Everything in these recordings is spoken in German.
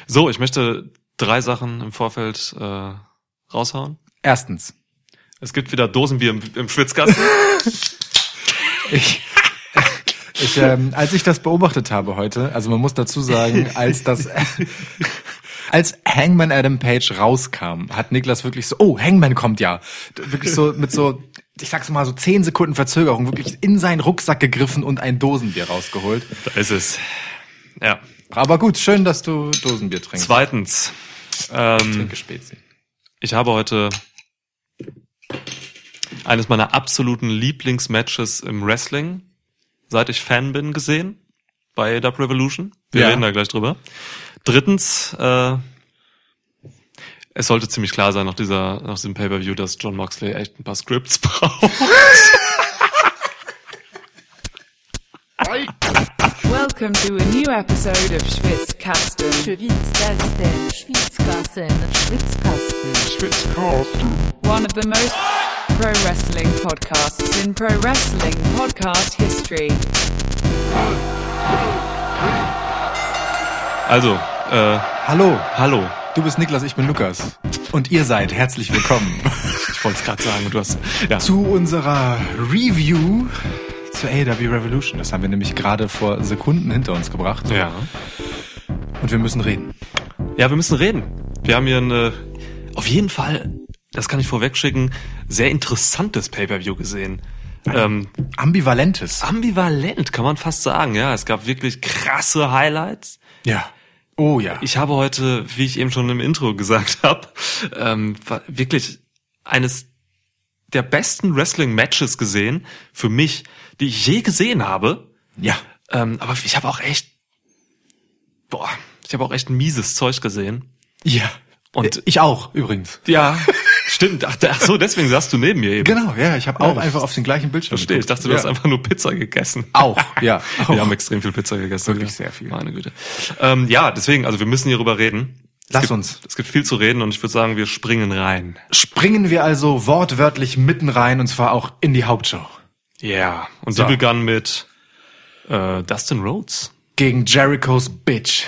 So, ich möchte 3 Sachen im Vorfeld raushauen. Erstens. Es gibt wieder Dosenbier im Schwitzkasten. Als ich das beobachtet habe heute, also man muss dazu sagen, als Hangman Adam Page rauskam, hat Niklas wirklich so, oh, Hangman kommt ja. Wirklich so mit so, ich sag's mal so 10 Sekunden Verzögerung, wirklich in seinen Rucksack gegriffen und ein Dosenbier rausgeholt. Da ist es. Ja. Aber gut, schön, dass du Dosenbier trinkst. Zweitens. Ich trinke Spezi. Ich habe heute eines meiner absoluten Lieblingsmatches im Wrestling, seit ich Fan bin, gesehen bei AEW Revolution. Wir reden da gleich drüber. Drittens, es sollte ziemlich klar sein nach diesem Pay-Per-View, dass Jon Moxley echt ein paar Scripts braucht. Welcome to a new episode of Schwitzkasten. Schwitzkasten. One of the most pro wrestling podcasts in pro wrestling podcast history. Also, Hallo. Du bist Niklas, ich bin Lukas. Und ihr seid herzlich willkommen. Ich wollte es gerade sagen, und du hast zu unserer Review zur AEW Revolution. Das haben wir nämlich gerade vor Sekunden hinter uns gebracht. Ja. Und wir müssen reden. Ja, wir müssen reden. Wir haben hier auf jeden Fall, das kann ich vorwegschicken, sehr interessantes Pay-Per-View gesehen. Ambivalentes. Ambivalent, kann man fast sagen. Ja, es gab wirklich krasse Highlights. Ja. Oh ja. Ich habe heute, wie ich eben schon im Intro gesagt habe, wirklich eines der besten Wrestling-Matches gesehen, für mich, die ich je gesehen habe. Ja. Aber ich habe auch echt mieses Zeug gesehen. Ja. Und ich auch, übrigens. Ja, stimmt. Ach so, deswegen saßt du neben mir eben. Genau, ja. Ich habe auch einfach auf den gleichen Bildschirm Verstehe. Ich dachte, du hast einfach nur Pizza gegessen. Auch, ja. Wir haben extrem viel Pizza gegessen. Wirklich sehr viel. Meine Güte. Ja, deswegen, also wir müssen hierüber reden. Lass uns. Es gibt viel zu reden und ich würde sagen, wir springen rein. Springen wir also wortwörtlich mitten rein und zwar auch in die Hauptshow. Ja. Yeah. Und so. Die begann mit Dustin Rhodes. Gegen Jericho's Bitch.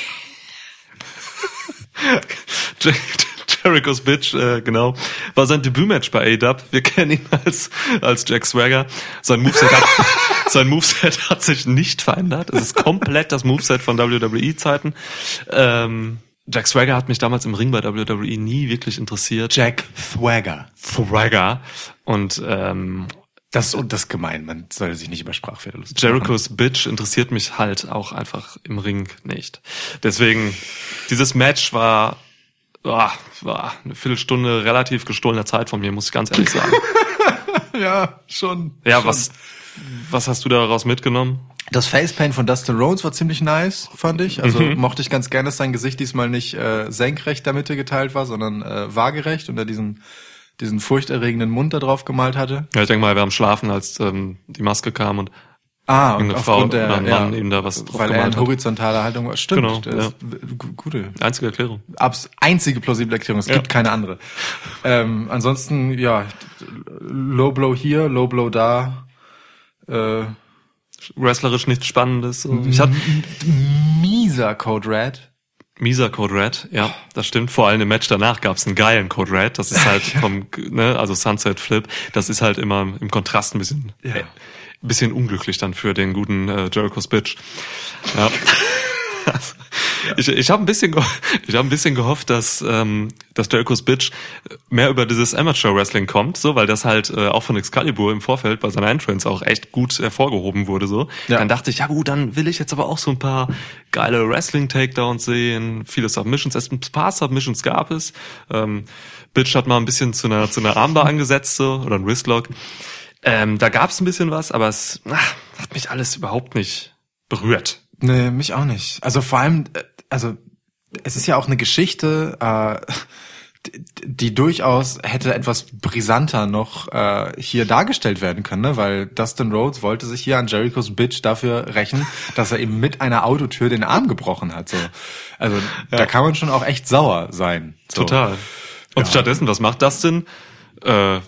Jericho's Bitch, genau, war sein Debütmatch bei AEW. Wir kennen ihn als Jack Swagger. Sein Moveset hat sich nicht verändert. Es ist komplett das Moveset von WWE-Zeiten. Jack Swagger hat mich damals im Ring bei WWE nie wirklich interessiert. Jack Swagger. Und das ist gemein, man sollte sich nicht über Sprachfehler lustig Jericho's Bitch interessiert mich halt auch einfach im Ring nicht. Deswegen, dieses Match war eine Viertelstunde relativ gestohlener Zeit von mir, muss ich ganz ehrlich sagen. Ja, schon. Ja, schon. Was hast du daraus mitgenommen? Das Facepaint von Dustin Rhodes war ziemlich nice, fand ich. Also mochte ich ganz gerne, dass sein Gesicht diesmal nicht senkrecht der Mitte geteilt war, sondern waagerecht und er diesen furchterregenden Mund da drauf gemalt hatte. Ja, ich denke mal, er war am Schlafen, als die Maske kam und und eine Frau aufgrund oder ein Mann ihm da was drauf weil gemalt er in horizontaler Haltung war. Stimmt, Genau, das ist gute. Einzige Erklärung. Einzige plausible Erklärung, es gibt keine andere. Ansonsten, ja, Low Blow hier, Low Blow da. Wrestlerisch nichts Spannendes. Mieser Code Red. Mieser Code Red, ja, das stimmt. Vor allem im Match danach gab's einen geilen Code Red. Das ist halt also Sunset Flip. Das ist halt immer im Kontrast ein bisschen unglücklich dann für den guten Jericho's Bitch. Ja. Ich habe ein bisschen gehofft, dass Jericho's Bitch mehr über dieses Amateur Wrestling kommt, so, weil das halt auch von Excalibur im Vorfeld bei seiner Entrance auch echt gut hervorgehoben wurde, so. Ja. Dann dachte ich, ja gut, dann will ich jetzt aber auch so ein paar geile Wrestling Takedowns sehen, viele Submissions, ein paar Submissions gab es. Bitch hat mal ein bisschen zu einer Armbar angesetzt, so, oder ein Wristlock. Da gab's ein bisschen was, aber es hat mich alles überhaupt nicht berührt. Nee, mich auch nicht. Also vor allem, es ist ja auch eine Geschichte, die durchaus hätte etwas brisanter noch hier dargestellt werden können, ne? Weil Dustin Rhodes wollte sich hier an Jericho's Bitch dafür rächen, dass er eben mit einer Autotür den Arm gebrochen hat. So. Also da kann man schon auch echt sauer sein. So. Total. Und stattdessen, was macht Dustin?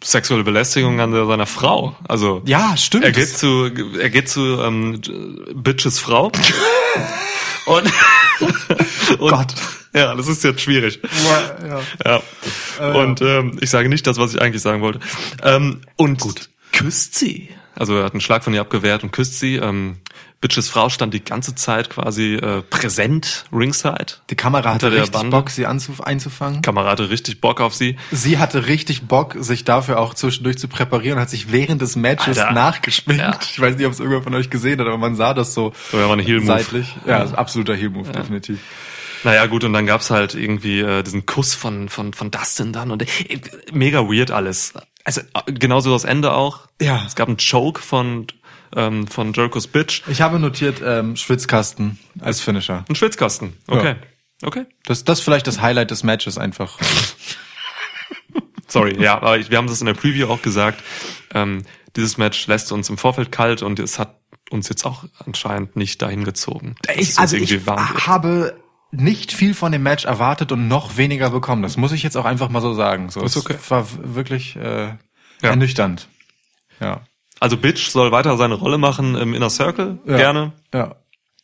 sexuelle Belästigung an seiner Frau. Also Ja, stimmt. er geht zu Bitches Frau und Gott. ja, das ist jetzt schwierig. Ja. Und ich sage nicht das, was ich eigentlich sagen wollte. Und küsst sie. Also er hat einen Schlag von ihr abgewehrt und küsst sie. Bitches Frau stand die ganze Zeit quasi präsent ringside. Die Kamera hatte Hinter der richtig Bande. Bock, sie einzufangen. Kamera hatte richtig Bock auf sie. Sie hatte richtig Bock, sich dafür auch zwischendurch zu präparieren und hat sich während des Matches Alter. nachgeschminkt. Ja. Ich weiß nicht, ob es irgendwer von euch gesehen hat, aber man sah das so So, ja, war eine Heel-Move. seitlich. Ja, also absoluter Heel-Move, definitiv. Naja, gut, und dann gab's halt irgendwie diesen Kuss von Dustin dann und mega weird alles. Also genauso das Ende auch. Ja. Es gab einen Choke von Jericho's Bitch. Ich habe notiert Schwitzkasten als Finisher. Ein Schwitzkasten. Okay. Ja. Okay. Das ist vielleicht das Highlight des Matches einfach. Sorry, ja, aber wir haben das in der Preview auch gesagt. Dieses Match lässt uns im Vorfeld kalt und es hat uns jetzt auch anscheinend nicht dahin gezogen. Ich habe nicht viel von dem Match erwartet und noch weniger bekommen. Das muss ich jetzt auch einfach mal so sagen. So, Ist okay. Es war wirklich ernüchternd. Ja. Also Bitch soll weiter seine Rolle machen im Inner Circle, Ja. gerne. Ja.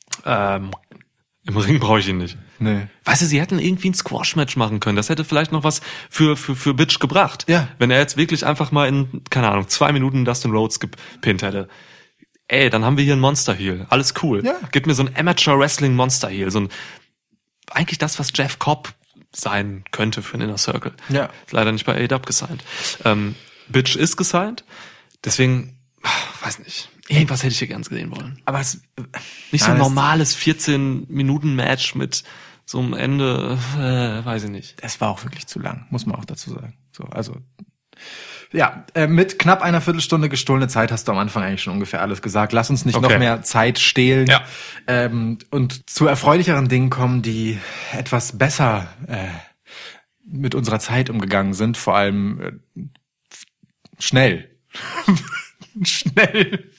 Im Ring brauche ich ihn nicht. Nee. Weißt du, sie hätten irgendwie ein Squash-Match machen können. Das hätte vielleicht noch was für Bitch gebracht. Ja. Wenn er jetzt wirklich einfach mal in, keine Ahnung, 2 Minuten Dustin Rhodes gepinnt hätte. Ey, dann haben wir hier ein Monster-Heel. Alles cool. Ja. Gib mir so ein Amateur-Wrestling-Monster-Heel. So ein, eigentlich das, was Jeff Cobb sein könnte für einen Inner Circle. Ja. Ist leider nicht bei AEW gesigned. Bitch ist gesigned. Deswegen, weiß nicht. Irgendwas hätte ich hier ganz gesehen wollen. Aber es Nicht so ein Nein, es- normales 14-Minuten-Match mit so einem Ende, weiß ich nicht. Es war auch wirklich zu lang, muss man auch dazu sagen. So, also ja, mit knapp einer Viertelstunde gestohlene Zeit hast du am Anfang eigentlich schon ungefähr alles gesagt. Lass uns nicht Okay. noch mehr Zeit stehlen Ja. und zu erfreulicheren Dingen kommen, die etwas besser mit unserer Zeit umgegangen sind, vor allem schnell. Schnell.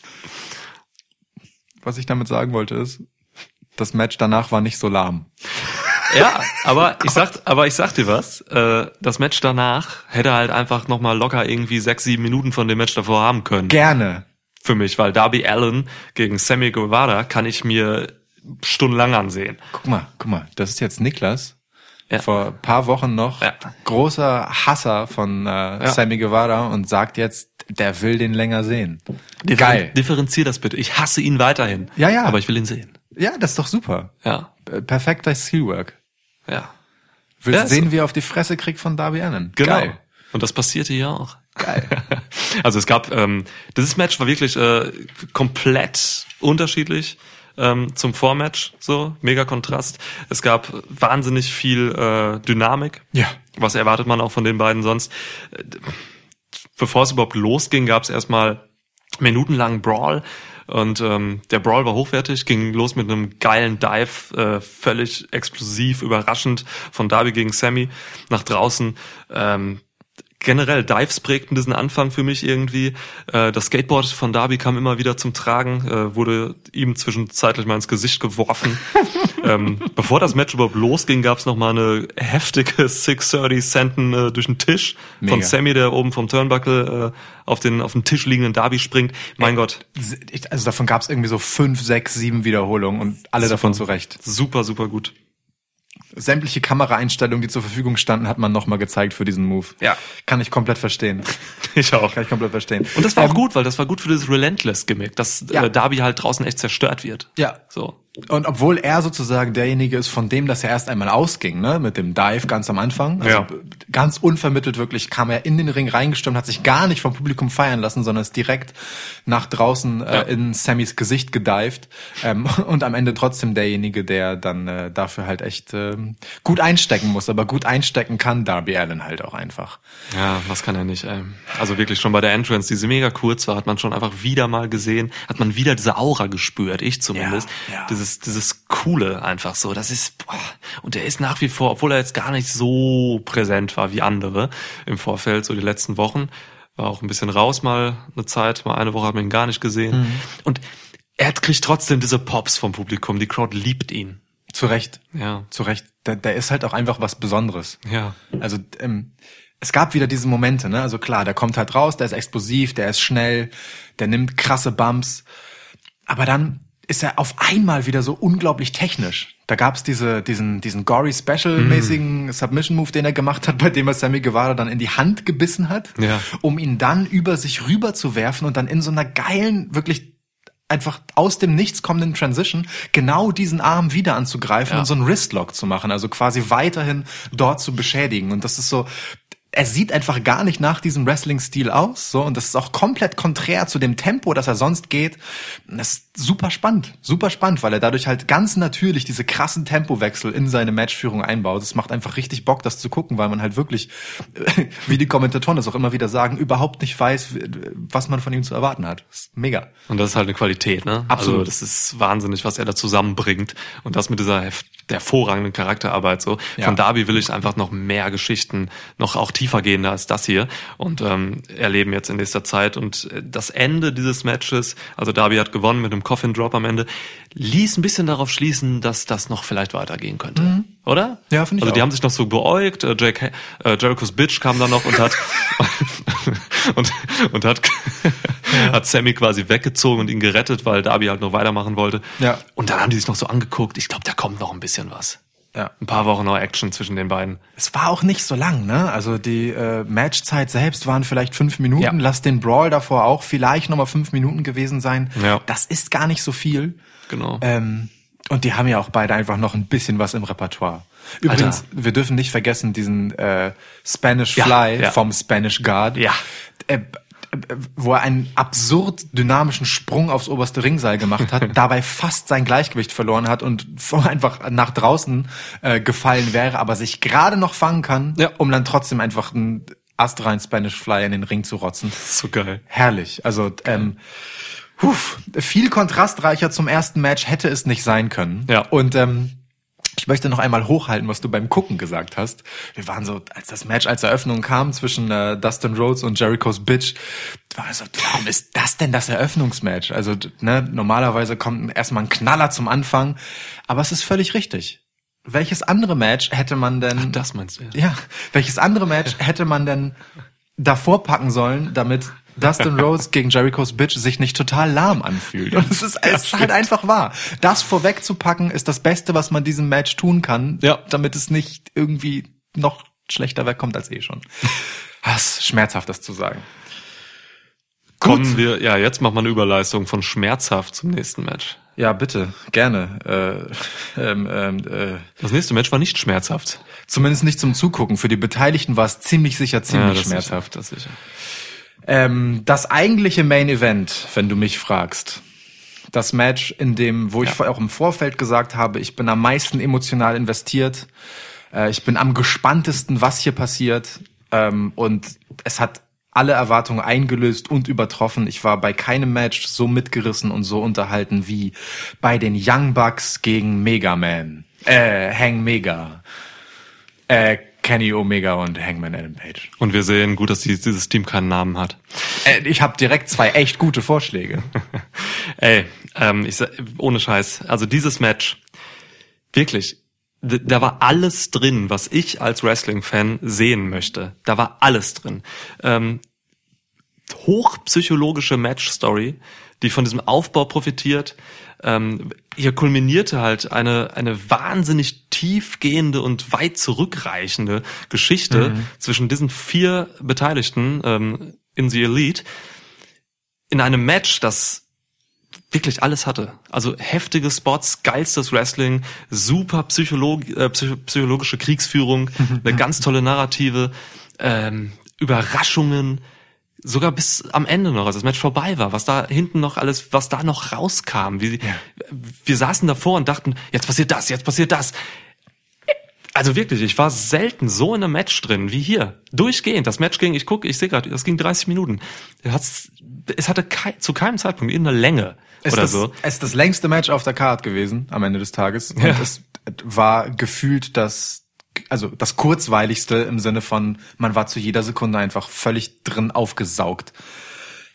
Was ich damit sagen wollte ist, das Match danach war nicht so lahm. Ja, aber ich sag dir was, das Match danach hätte halt einfach nochmal locker irgendwie 6-7 Minuten von dem Match davor haben können. Gerne. Für mich, weil Darby Allin gegen Sammy Guevara kann ich mir stundenlang ansehen. Guck mal, das ist jetzt Niklas. Ja. Vor ein paar Wochen noch Ja. großer Hasser von Sammy Guevara und sagt jetzt, der will den länger sehen. Geil. Differenzier das bitte. Ich hasse ihn weiterhin. Ja, ja. Aber ich will ihn sehen. Ja, das ist doch super. Ja. Perfekter Steelwork. Ja. Willst Ja, sehen, wie er auf die Fresse kriegt von Darby Allin. Genau. Geil. Und das passierte hier auch. Geil. Also es gab, dieses Match war wirklich komplett unterschiedlich zum Vormatch, so mega Kontrast. Es gab wahnsinnig viel Dynamik. Ja. Was erwartet man auch von den beiden sonst? Bevor es überhaupt losging, gab es erstmal minutenlangen Brawl. Und der Brawl war hochwertig, ging los mit einem geilen Dive, völlig explosiv, überraschend von Darby gegen Sammy nach draußen. Generell Dives prägten diesen Anfang für mich irgendwie. Das Skateboard von Darby kam immer wieder zum Tragen, wurde ihm zwischenzeitlich mal ins Gesicht geworfen. Bevor das Match überhaupt losging, gab es noch mal eine heftige 630 Centen durch den Tisch von Mega. Sammy, der oben vom Turnbuckle auf den Tisch liegenden Darby springt. Mein Gott, Also davon gab es irgendwie so 5, 6, 7 Wiederholungen und alle davon zurecht. super, super gut. Sämtliche Kameraeinstellungen, die zur Verfügung standen, hat man nochmal gezeigt für diesen Move. Ja. Kann ich komplett verstehen. Ich auch. Kann ich komplett verstehen. Und das war auch gut, weil das war gut für das Relentless-Gimmick, dass Ja. Darby halt draußen echt zerstört wird. Ja. So. Und obwohl er sozusagen derjenige ist, von dem das ja erst einmal ausging, ne, mit dem Dive ganz am Anfang, also Ja. ganz unvermittelt wirklich, kam er in den Ring reingestürmt, hat sich gar nicht vom Publikum feiern lassen, sondern ist direkt nach draußen in Sammys Gesicht gedived und am Ende trotzdem derjenige, der dann dafür halt echt gut einstecken muss, aber gut einstecken kann Darby Allin halt auch einfach. Ja, was kann er nicht, ey. Also wirklich schon bei der Entrance, die sie mega kurz war, hat man schon einfach wieder mal gesehen, hat man wieder diese Aura gespürt, ich zumindest. Ja. Dieses Coole einfach so, das ist, boah. Und der ist nach wie vor, obwohl er jetzt gar nicht so präsent war wie andere im Vorfeld, so die letzten Wochen, war auch ein bisschen raus mal eine Zeit, mal eine Woche hat man ihn gar nicht gesehen. Und er kriegt trotzdem diese Pops vom Publikum, die Crowd liebt ihn. Zu Recht. Ja. Zu Recht. Der ist halt auch einfach was Besonderes. Ja. Also es gab wieder diese Momente, ne? Also klar, der kommt halt raus, der ist explosiv, der ist schnell, der nimmt krasse Bumps. Aber dann ist er auf einmal wieder so unglaublich technisch. Da gab's diesen Gory Special-mäßigen Submission-Move, den er gemacht hat, bei dem er Sammy Guevara dann in die Hand gebissen hat, um ihn dann über sich rüber zu werfen und dann in so einer geilen, wirklich einfach aus dem Nichts kommenden Transition genau diesen Arm wieder anzugreifen und so einen Wristlock zu machen, also quasi weiterhin dort zu beschädigen. Und das ist so, er sieht einfach gar nicht nach diesem Wrestling-Stil aus, so, und das ist auch komplett konträr zu dem Tempo, das er sonst geht. Das ist super spannend, weil er dadurch halt ganz natürlich diese krassen Tempowechsel in seine Matchführung einbaut. Es macht einfach richtig Bock, das zu gucken, weil man halt wirklich, wie die Kommentatoren das auch immer wieder sagen, überhaupt nicht weiß, was man von ihm zu erwarten hat. Das ist mega. Und das ist halt eine Qualität, ne? Absolut. Also das ist wahnsinnig, was er da zusammenbringt. Und das mit dieser hervorragenden Charakterarbeit, so. Von Darby will ich einfach noch mehr Geschichten, noch auch tiefer gehender als das hier, und erleben jetzt in nächster Zeit. Und das Ende dieses Matches, also Darby hat gewonnen mit einem Coffin Drop am Ende, ließ ein bisschen darauf schließen, dass das noch vielleicht weitergehen könnte. Oder? Ja, finde ich Also die auch. haben sich noch so beäugt, Jericho's Bitch kam dann noch und hat und hat Sammy quasi weggezogen und ihn gerettet, weil Darby halt noch weitermachen wollte. Ja. Und dann haben die sich noch so angeguckt. Ich glaube, da kommt noch ein bisschen was. Ja. Ein paar Wochen noch Action zwischen den beiden. Es war auch nicht so lang, ne? Also die Matchzeit selbst waren vielleicht 5 Minuten. Ja. Lass den Brawl davor auch vielleicht nochmal 5 Minuten gewesen sein. Ja. Das ist gar nicht so viel. Genau. Und die haben ja auch beide einfach noch ein bisschen was im Repertoire. Übrigens, wir dürfen nicht vergessen, diesen Spanish Fly vom Spanish Guard. Ja. Wo er einen absurd dynamischen Sprung aufs oberste Ringseil gemacht hat, dabei fast sein Gleichgewicht verloren hat und einfach nach draußen gefallen wäre, aber sich gerade noch fangen kann, um dann trotzdem einfach einen astrein Spanish Fly in den Ring zu rotzen. So geil. Herrlich. Also viel kontrastreicher zum ersten Match hätte es nicht sein können. Ja. Und ich möchte noch einmal hochhalten, was du beim Gucken gesagt hast. Wir waren so, als das Match als Eröffnung kam zwischen Dustin Rhodes und Jericho's Bitch, war so, warum ist das denn das Eröffnungsmatch? Also, ne, normalerweise kommt erstmal ein Knaller zum Anfang, aber es ist völlig richtig. Welches andere Match hätte man denn... Ach, das meinst du, Ja, welches andere Match hätte man denn davor packen sollen, damit Dustin Rhodes gegen Jericho's Bitch sich nicht total lahm anfühlt? Und es ist halt einfach wahr. Das vorwegzupacken ist das Beste, was man diesem Match tun kann, damit es nicht irgendwie noch schlechter wegkommt als eh schon. Das ist schmerzhaft, das zu sagen. Kommen wir, jetzt macht man eine Überleistung von schmerzhaft zum nächsten Match. Ja, bitte, gerne. Das nächste Match war nicht schmerzhaft. Zumindest nicht zum Zugucken. Für die Beteiligten war es ziemlich schmerzhaft. Das sicher. Das eigentliche Main Event, wenn du mich fragst, das Match, wo ich auch im Vorfeld gesagt habe, ich bin am meisten emotional investiert, ich bin am gespanntesten, was hier passiert, und es hat alle Erwartungen eingelöst und übertroffen. Ich war bei keinem Match so mitgerissen und so unterhalten wie bei den Young Bucks gegen Mega Man, Hang Mega, Kenny Omega und Hangman Adam Page. Und wir sehen gut, dass dieses Team keinen Namen hat. Ich habe direkt 2 echt gute Vorschläge. Ohne Scheiß. Also dieses Match, wirklich, da war alles drin, was ich als Wrestling-Fan sehen möchte. Da war alles drin. Hochpsychologische Match-Story, die von diesem Aufbau profitiert. Hier kulminierte halt eine wahnsinnig tiefgehende und weit zurückreichende Geschichte zwischen diesen 4 Beteiligten in The Elite in einem Match, das wirklich alles hatte. Also heftige Spots, geilstes Wrestling, super psychologische Kriegsführung, eine ganz tolle Narrative, Überraschungen, sogar bis am Ende noch, als das Match vorbei war, was da hinten noch alles, was da noch rauskam. Wir saßen davor und dachten, jetzt passiert das. Also wirklich, ich war selten so in einem Match drin wie hier. Durchgehend. Das Match ging, ich sehe gerade, das ging 30 Minuten. Es hatte zu keinem Zeitpunkt irgendeine Länge so. Es ist das längste Match auf der Card gewesen am Ende des Tages. Und es war gefühlt das kurzweiligste im Sinne von, man war zu jeder Sekunde einfach völlig drin aufgesaugt.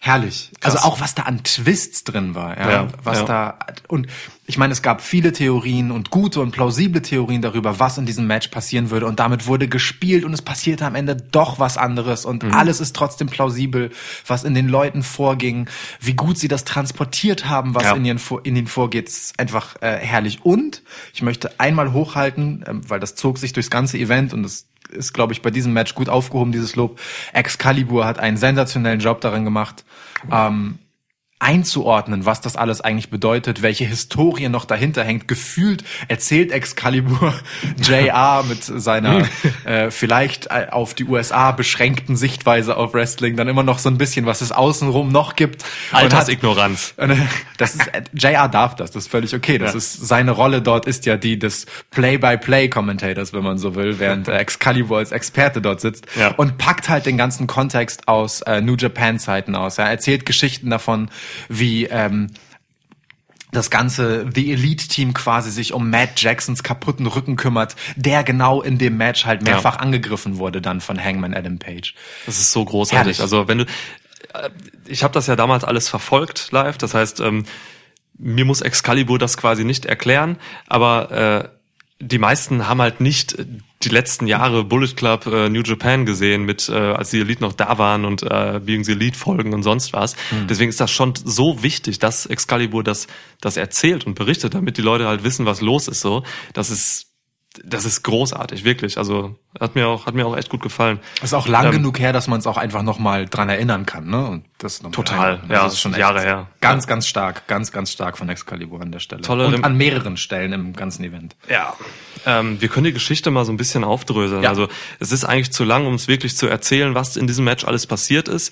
Herrlich. Krass. Also auch was da an Twists drin war, Ja, und ich meine, es gab viele Theorien und gute und plausible Theorien darüber, was in diesem Match passieren würde und damit wurde gespielt und es passierte am Ende doch was anderes und alles ist trotzdem plausibel, was in den Leuten vorging, wie gut sie das transportiert haben, was in ihnen vorgeht, ist einfach herrlich. Und ich möchte einmal hochhalten, weil das zog sich durchs ganze Event und es ist, glaube ich, bei diesem Match gut aufgehoben, dieses Lob. Excalibur hat einen sensationellen Job darin gemacht, einzuordnen, was das alles eigentlich bedeutet, welche Historie noch dahinter hängt. Gefühlt erzählt Excalibur JR mit seiner vielleicht auf die USA beschränkten Sichtweise auf Wrestling dann immer noch so ein bisschen, was es außenrum noch gibt. Altersignoranz. Das ist, JR darf das ist völlig okay. Das ist seine Rolle dort ist ja die des Play-by-Play-Commentators, wenn man so will, während Excalibur als Experte dort sitzt und packt halt den ganzen Kontext aus New Japan-Zeiten aus. Er erzählt Geschichten davon, wie das ganze The Elite Team quasi sich um Matt Jacksons kaputten Rücken kümmert, der genau in dem Match halt mehrfach angegriffen wurde dann von Hangman Adam Page. Das ist so großartig. Herrlich. Also wenn du, ich habe das ja damals alles verfolgt live, das heißt, mir muss Excalibur das quasi nicht erklären, aber die meisten haben halt nicht die letzten Jahre Bullet Club New Japan gesehen, mit als die Elite noch da waren und Being the Elite Folgen und sonst was. Deswegen ist das schon so wichtig, dass Excalibur das erzählt und berichtet, damit die Leute halt wissen, was los ist. So, das ist großartig, wirklich. Also hat mir auch echt gut gefallen. Ist auch lang genug her, dass man es auch einfach nochmal dran erinnern kann, ne? Und das noch total. Das ist schon Jahre her. Ganz, ganz stark, ganz, ganz stark von Excalibur an der Stelle. Und an mehreren Stellen im ganzen Event. Ja. Wir können die Geschichte mal so ein bisschen aufdröseln. Ja. Also es ist eigentlich zu lang, um es wirklich zu erzählen, was in diesem Match alles passiert ist.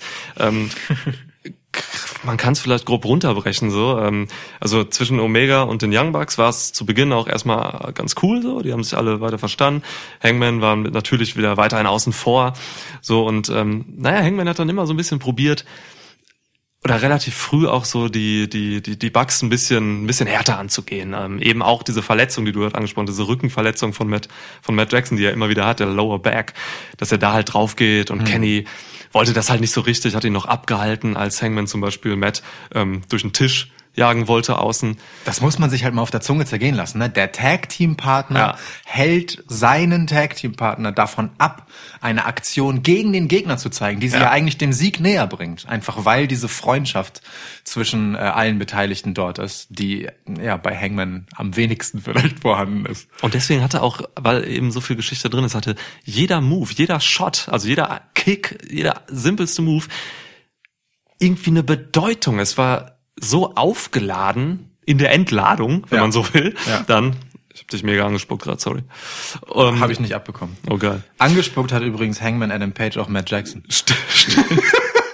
Man kann es vielleicht grob runterbrechen so. Also zwischen Omega und den Young Bucks war es zu Beginn auch erstmal ganz cool so. Die haben sich alle weiter verstanden. Hangman war natürlich wieder weiterhin außen vor. So und Hangman hat dann immer so ein bisschen probiert oder relativ früh auch so die Bucks ein bisschen härter anzugehen. Eben auch diese Verletzung, die du gerade angesprochen hast, diese Rückenverletzung von Matt Jackson, die er immer wieder hat, der Lower Back, dass er da halt drauf geht und Kenny wollte das halt nicht so richtig, hat ihn noch abgehalten, als Hangman zum Beispiel Matt durch den Tisch jagen wollte außen. Das muss man sich halt mal auf der Zunge zergehen lassen, ne? Der Tag-Team-Partner hält seinen Tag-Team-Partner davon ab, eine Aktion gegen den Gegner zu zeigen, die sie ja eigentlich dem Sieg näher bringt. Einfach weil diese Freundschaft zwischen allen Beteiligten dort ist, die ja bei Hangman am wenigsten vielleicht vorhanden ist. Und deswegen hatte auch, weil eben so viel Geschichte drin ist, hatte jeder Move, jeder Shot, also jeder Kick, jeder simpelste Move irgendwie eine Bedeutung. Es war so aufgeladen in der Entladung, wenn man so will, dann, ich hab dich mega angespuckt gerade, sorry. Habe ich nicht abbekommen. Oh geil. Angespuckt hat übrigens Hangman Adam Page auch Matt Jackson. Stimmt.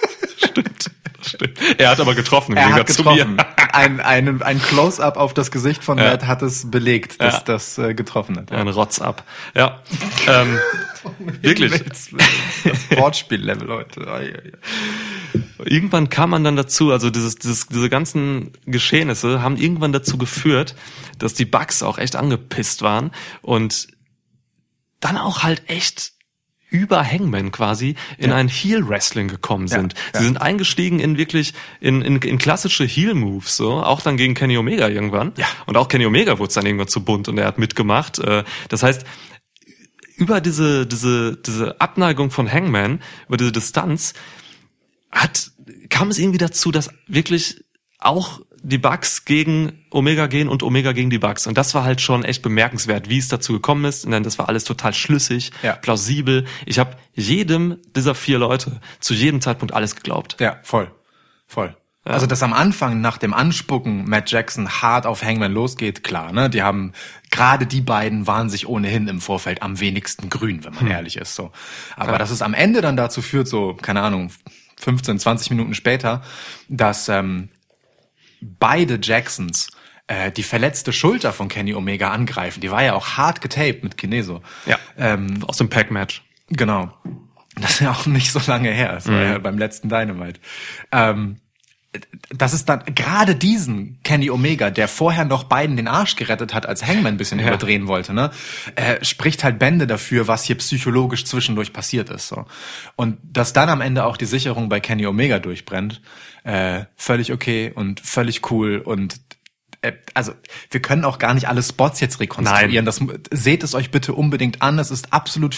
Er hat aber getroffen, im Gegensatz zu mir. Ein Close-Up auf das Gesicht von Matt hat es belegt, dass das getroffen hat. Ein Rotz-Up. Ja. Wirklich. Das Wortspiel-Level, Leute. Irgendwann kam man dann dazu, also diese ganzen Geschehnisse haben irgendwann dazu geführt, dass die Bucks auch echt angepisst waren und dann auch halt echt über Hangman quasi in ein Heel-Wrestling gekommen sind. Sie sind eingestiegen in wirklich in klassische Heel-Moves, so, auch dann gegen Kenny Omega irgendwann. Ja. Und auch Kenny Omega wurde dann irgendwann zu bunt und er hat mitgemacht. Das heißt, über diese Abneigung von Hangman, über diese Distanz, kam es irgendwie dazu, dass wirklich auch die Bucks gegen Omega gehen und Omega gegen die Bucks. Und das war halt schon echt bemerkenswert, wie es dazu gekommen ist. Und dann, das war alles total schlüssig, plausibel. Ich habe jedem dieser 4 Leute zu jedem Zeitpunkt alles geglaubt. Ja, voll. Ja. Also, dass am Anfang nach dem Anspucken Matt Jackson hart auf Hangman losgeht, klar, ne? Gerade die beiden waren sich ohnehin im Vorfeld am wenigsten grün, wenn man ehrlich ist, so. Aber dass es am Ende dann dazu führt, so, keine Ahnung, 15, 20 Minuten später, dass beide Jacksons die verletzte Schulter von Kenny Omega angreifen. Die war ja auch hart getaped mit Kineso. Ja, aus dem Pack-Match. Genau. Das ist ja auch nicht so lange her. Das war ja beim letzten Dynamite. das ist dann gerade diesen Kenny Omega, der vorher noch beiden den Arsch gerettet hat, als Hangman ein bisschen überdrehen wollte, ne, spricht halt Bände dafür, was hier psychologisch zwischendurch passiert ist, so. Und dass dann am Ende auch die Sicherung bei Kenny Omega durchbrennt, völlig okay und völlig cool und also wir können auch gar nicht alle Spots jetzt rekonstruieren. Seht es euch bitte unbedingt an. Es ist absolut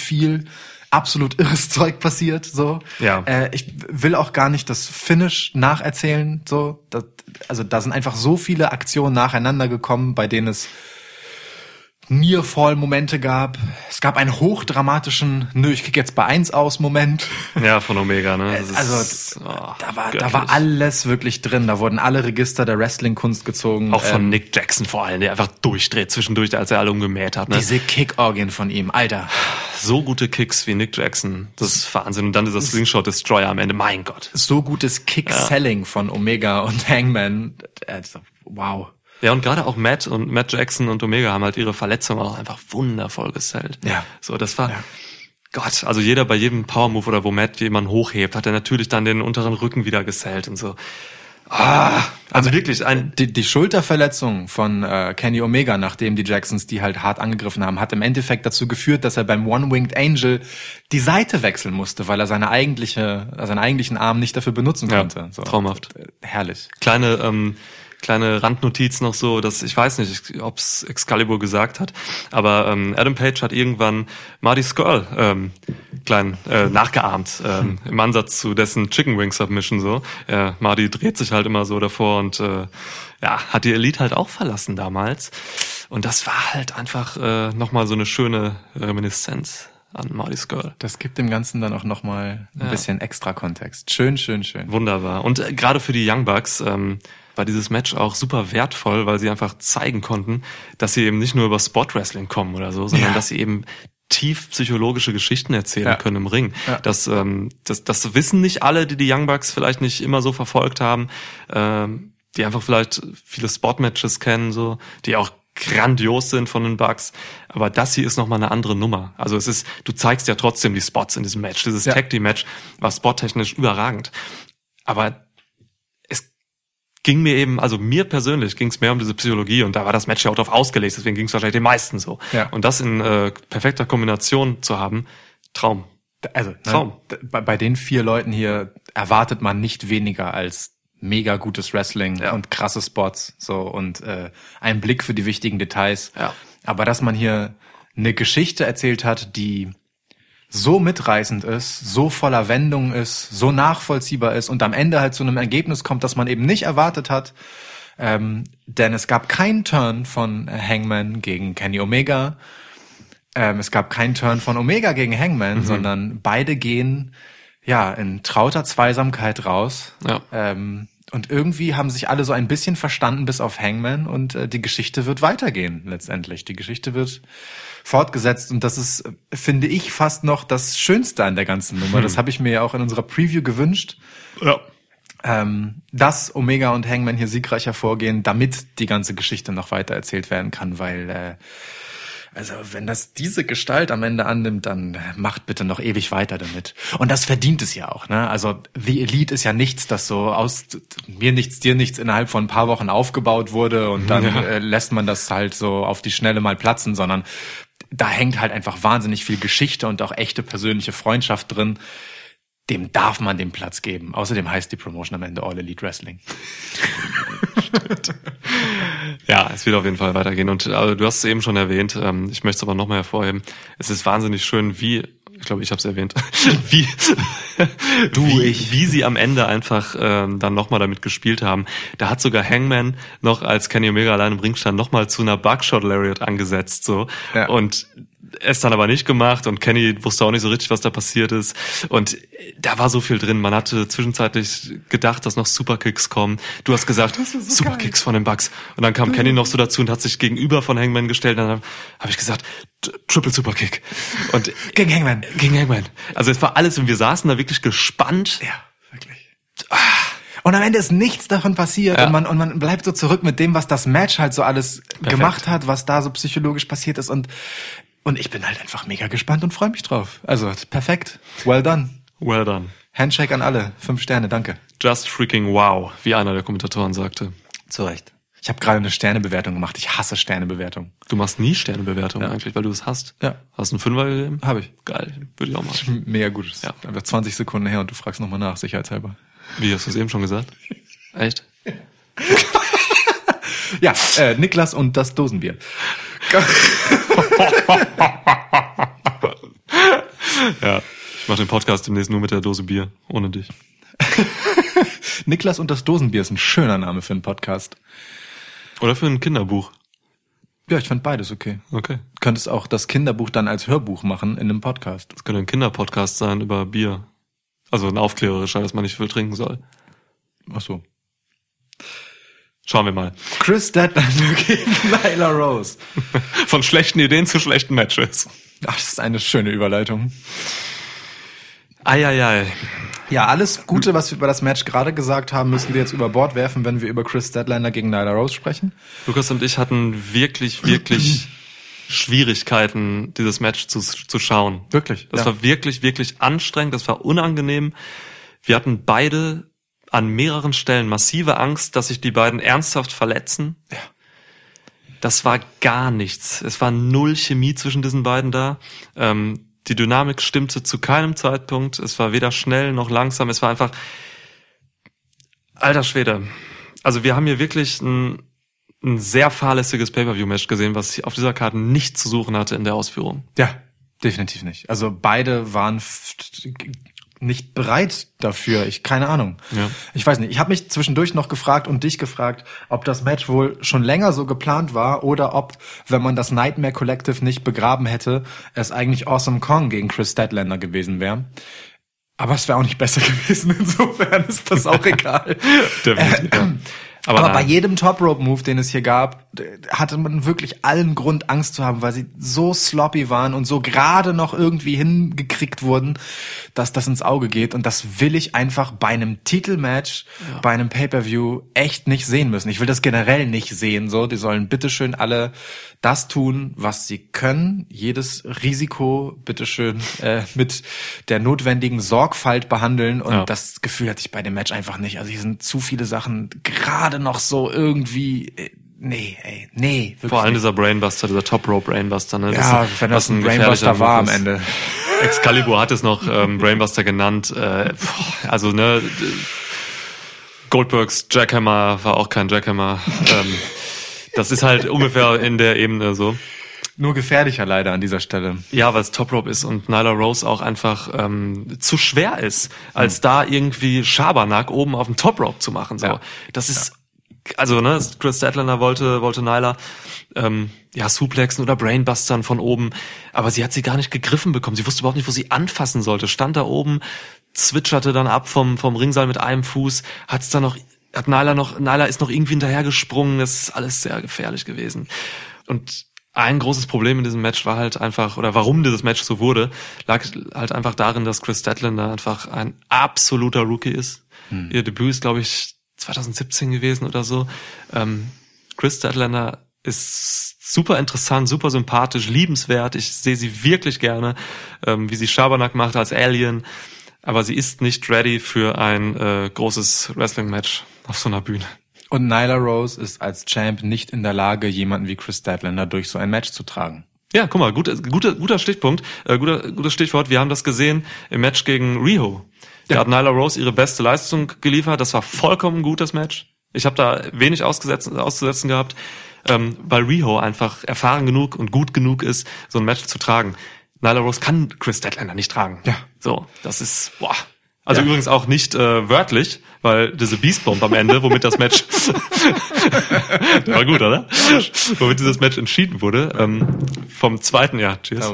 irres Zeug passiert. So. Ja. Ich will auch gar nicht das Finish nacherzählen. So. Da sind einfach so viele Aktionen nacheinander gekommen, bei denen es Nearfall-Momente gab. Es gab einen hochdramatischen, ich kick jetzt bei 1 aus Moment. Ja, von Omega, ne? Da war alles wirklich drin. Da wurden alle Register der Wrestling-Kunst gezogen. Auch von Nick Jackson vor allem, der einfach durchdreht zwischendurch, als er alle umgemäht hat. Ne? Diese Kick-Orgien von ihm, Alter. So gute Kicks wie Nick Jackson, das ist Wahnsinn. Und dann dieser Slingshot-Destroyer am Ende, mein Gott. So gutes Kick-Selling von Omega und Hangman. Wow. Ja, und gerade auch Matt Jackson und Omega haben halt ihre Verletzungen auch einfach wundervoll gesellt. Ja. So, das war, Gott, also jeder bei jedem Power-Move oder wo Matt jemanden hochhebt, hat er natürlich dann den unteren Rücken wieder gesellt und so. Also wirklich die Schulterverletzung von Kenny Omega, nachdem die Jacksons die halt hart angegriffen haben, hat im Endeffekt dazu geführt, dass er beim One-Winged Angel die Seite wechseln musste, weil er seinen eigentlichen Arm nicht dafür benutzen konnte. So. Traumhaft. Herrlich. Kleine Randnotiz noch so, dass ich weiß nicht, ob's Excalibur gesagt hat, aber Adam Page hat irgendwann Marty Scurll nachgeahmt im Ansatz zu dessen Chicken Wing Submission so. Marty dreht sich halt immer so davor und hat die Elite halt auch verlassen damals und das war halt einfach nochmal so eine schöne Reminiszenz an Marty Scurll. Das gibt dem Ganzen dann auch nochmal ein bisschen extra Kontext. Schön. Wunderbar. Und gerade für die Young Bucks war dieses Match auch super wertvoll, weil sie einfach zeigen konnten, dass sie eben nicht nur über Spot-Wrestling kommen oder so, sondern dass sie eben tief psychologische Geschichten erzählen können im Ring. Ja. Das wissen nicht alle, die Young Bucks vielleicht nicht immer so verfolgt haben, die einfach vielleicht viele Spot-Matches kennen, so, die auch grandios sind von den Bucks, aber das hier ist nochmal eine andere Nummer. Also du zeigst ja trotzdem die Spots in diesem Match. Dieses Tag-Team-Match war spottechnisch überragend. Aber ging mir eben, also mir persönlich ging es mehr um diese Psychologie und da war das Match ja auch drauf ausgelegt, deswegen ging es wahrscheinlich den meisten so. Ja. Und das in perfekter Kombination zu haben, Traum. Also Traum. Bei den 4 Leuten hier erwartet man nicht weniger als mega gutes Wrestling und krasse Spots so und einen Blick für die wichtigen Details. Ja. Aber dass man hier eine Geschichte erzählt hat, die so mitreißend ist, so voller Wendungen ist, so nachvollziehbar ist und am Ende halt zu einem Ergebnis kommt, das man eben nicht erwartet hat. Denn es gab keinen Turn von Hangman gegen Kenny Omega. Es gab keinen Turn von Omega gegen Hangman, sondern beide gehen in trauter Zweisamkeit raus. Ja. Und irgendwie haben sich alle so ein bisschen verstanden bis auf Hangman und die Geschichte wird weitergehen letztendlich. Die Geschichte wird fortgesetzt und das ist, finde ich, fast noch das Schönste an der ganzen Nummer. Das habe ich mir ja auch in unserer Preview gewünscht. Ja. Dass Omega und Hangman hier siegreich hervorgehen, damit die ganze Geschichte noch weiter erzählt werden kann, weil also wenn das diese Gestalt am Ende annimmt, dann macht bitte noch ewig weiter damit. Und das verdient es ja auch, ne? Also The Elite ist ja nichts, das so aus mir nichts, dir nichts innerhalb von ein paar Wochen aufgebaut wurde und dann lässt man das halt so auf die Schnelle mal platzen, sondern da hängt halt einfach wahnsinnig viel Geschichte und auch echte persönliche Freundschaft drin. Dem darf man den Platz geben. Außerdem heißt die Promotion am Ende All Elite Wrestling. Ja, es wird auf jeden Fall weitergehen. Und du hast es eben schon erwähnt, ich möchte es aber nochmal hervorheben. Es ist wahnsinnig schön, ich glaube, ich habe es erwähnt, wie sie am Ende einfach dann nochmal damit gespielt haben. Da hat sogar Hangman noch, als Kenny Omega allein im Ring stand, nochmal zu einer Buckshot Lariat angesetzt. So. Ja. Und es dann aber nicht gemacht und Kenny wusste auch nicht so richtig, was da passiert ist. Und da war so viel drin. Man hatte zwischenzeitlich gedacht, dass noch Superkicks kommen. Du hast gesagt, so Superkicks von den Bucks. Und dann kam Kenny noch so dazu und hat sich gegenüber von Hangman gestellt. Und dann habe ich gesagt, Triple Superkick. Und gegen Hangman. Also es war alles und wir saßen da wirklich gespannt. Ja, wirklich. Und am Ende ist nichts davon passiert und man bleibt so zurück mit dem, was das Match halt so alles gemacht hat, was da so psychologisch passiert ist und ich bin halt einfach mega gespannt und freue mich drauf. Also perfekt. Well done. Well done. Handshake an alle. 5 Sterne, danke. Just freaking wow, wie einer der Kommentatoren sagte. Zu Recht. Ich habe gerade eine Sternebewertung gemacht. Ich hasse Sternebewertungen. Du machst nie Sternebewertungen eigentlich, weil du es hast. Ja. Hast du einen Fünfer gegeben? Habe ich. Geil, würde ich auch machen. Mega gut. Ja. Einfach 20 Sekunden her und du fragst nochmal nach, sicherheitshalber. Wie, hast du es eben schon gesagt? Echt? Ja, Niklas und das Dosenbier. Ja, ich mache den Podcast demnächst nur mit der Dose Bier, ohne dich. Niklas und das Dosenbier ist ein schöner Name für einen Podcast. Oder für ein Kinderbuch. Ja, ich fand beides okay. Okay. Du könntest auch das Kinderbuch dann als Hörbuch machen in einem Podcast. Das könnte ein Kinderpodcast sein über Bier. Also ein aufklärerischer, dass man nicht viel trinken soll. Ach so. Schauen wir mal. Chris Statlander gegen Nyla Rose. Von schlechten Ideen zu schlechten Matches. Ach, das ist eine schöne Überleitung. Eieiei. Ja, alles Gute, was wir über das Match gerade gesagt haben, müssen wir jetzt über Bord werfen, wenn wir über Chris Statlander gegen Nyla Rose sprechen. Lukas und ich hatten wirklich, wirklich Schwierigkeiten, dieses Match zu schauen. Wirklich? Das war wirklich, wirklich anstrengend, das war unangenehm. Wir hatten beide an mehreren Stellen massive Angst, dass sich die beiden ernsthaft verletzen. Ja. Das war gar nichts. Es war null Chemie zwischen diesen beiden da. Die Dynamik stimmte zu keinem Zeitpunkt. Es war weder schnell noch langsam. Es war einfach, alter Schwede. Also wir haben hier wirklich ein sehr fahrlässiges Pay-Per-View-Match gesehen, was auf dieser Karte nichts zu suchen hatte in der Ausführung. Ja, definitiv nicht. Also beide waren nicht bereit dafür. Keine Ahnung. Ja. Ich weiß nicht. Ich habe mich zwischendurch noch gefragt und dich gefragt, ob das Match wohl schon länger so geplant war oder ob, wenn man das Nightmare Collective nicht begraben hätte, es eigentlich Awesome Kong gegen Chris Statlander gewesen wäre. Aber es wäre auch nicht besser gewesen. Insofern ist das auch egal. Definitiv, ja. Aber bei jedem Top-Rope-Move, den es hier gab, hatte man wirklich allen Grund, Angst zu haben, weil sie so sloppy waren und so gerade noch irgendwie hingekriegt wurden, dass das ins Auge geht. Und das will ich einfach bei einem Titelmatch, bei einem Pay-Per-View echt nicht sehen müssen. Ich will das generell nicht sehen. So, die sollen bitteschön alle das tun, was sie können. Jedes Risiko bitteschön mit der notwendigen Sorgfalt behandeln. Und das Gefühl hatte ich bei dem Match einfach nicht. Also hier sind zu viele Sachen gerade noch so irgendwie, nee. Wirklich vor allem nicht. dieser Brainbuster, dieser Top-Rope-Brainbuster. Ne? Ja, wenn das ein Brainbuster war am Ende. Excalibur hat es noch Brainbuster genannt. Also ne, Goldbergs Jackhammer war auch kein Jackhammer. Das ist halt ungefähr in der Ebene so. Nur gefährlicher leider an dieser Stelle. Ja, weil es Top Rope ist und Nyla Rose auch einfach zu schwer ist, als da irgendwie Schabernack oben auf dem Top Rope zu machen. So, Ja. das ist also ne, Chris Statlander wollte Nyla suplexen oder Brainbustern von oben, aber sie hat sie gar nicht gegriffen bekommen. Sie wusste überhaupt nicht, wo sie anfassen sollte. Stand da oben, zwitscherte dann ab vom Ringseil mit einem Fuß, Nyla ist noch irgendwie hinterhergesprungen. Das ist alles sehr gefährlich gewesen. Und ein großes Problem in diesem Match war halt einfach, oder warum dieses Match so wurde, lag halt einfach darin, dass Chris Statlander einfach ein absoluter Rookie ist. Ihr Debüt ist, glaube ich, 2017 gewesen oder so. Chris Statlander ist super interessant, super sympathisch, liebenswert. Ich sehe sie wirklich gerne, wie sie Schabernack macht als Alien. Aber sie ist nicht ready für ein großes Wrestling-Match auf so einer Bühne. Und Nyla Rose ist als Champ nicht in der Lage, jemanden wie Chris Statlander durch so ein Match zu tragen. Ja, guck mal, guter Stichpunkt, gutes Stichwort. Wir haben das gesehen im Match gegen Riho. Da hat Nyla Rose ihre beste Leistung geliefert. Das war vollkommen gut, das Match. Ich habe da wenig auszusetzen gehabt, weil Riho einfach erfahren genug und gut genug ist, so ein Match zu tragen. Nyla Rose kann Chris Statlander nicht tragen. Ja. So, das ist, Also übrigens auch nicht wörtlich, weil diese Beast Bomb am Ende, womit das Match der war gut, oder? Womit dieses Match entschieden wurde, vom zweiten Jahr. Cheers.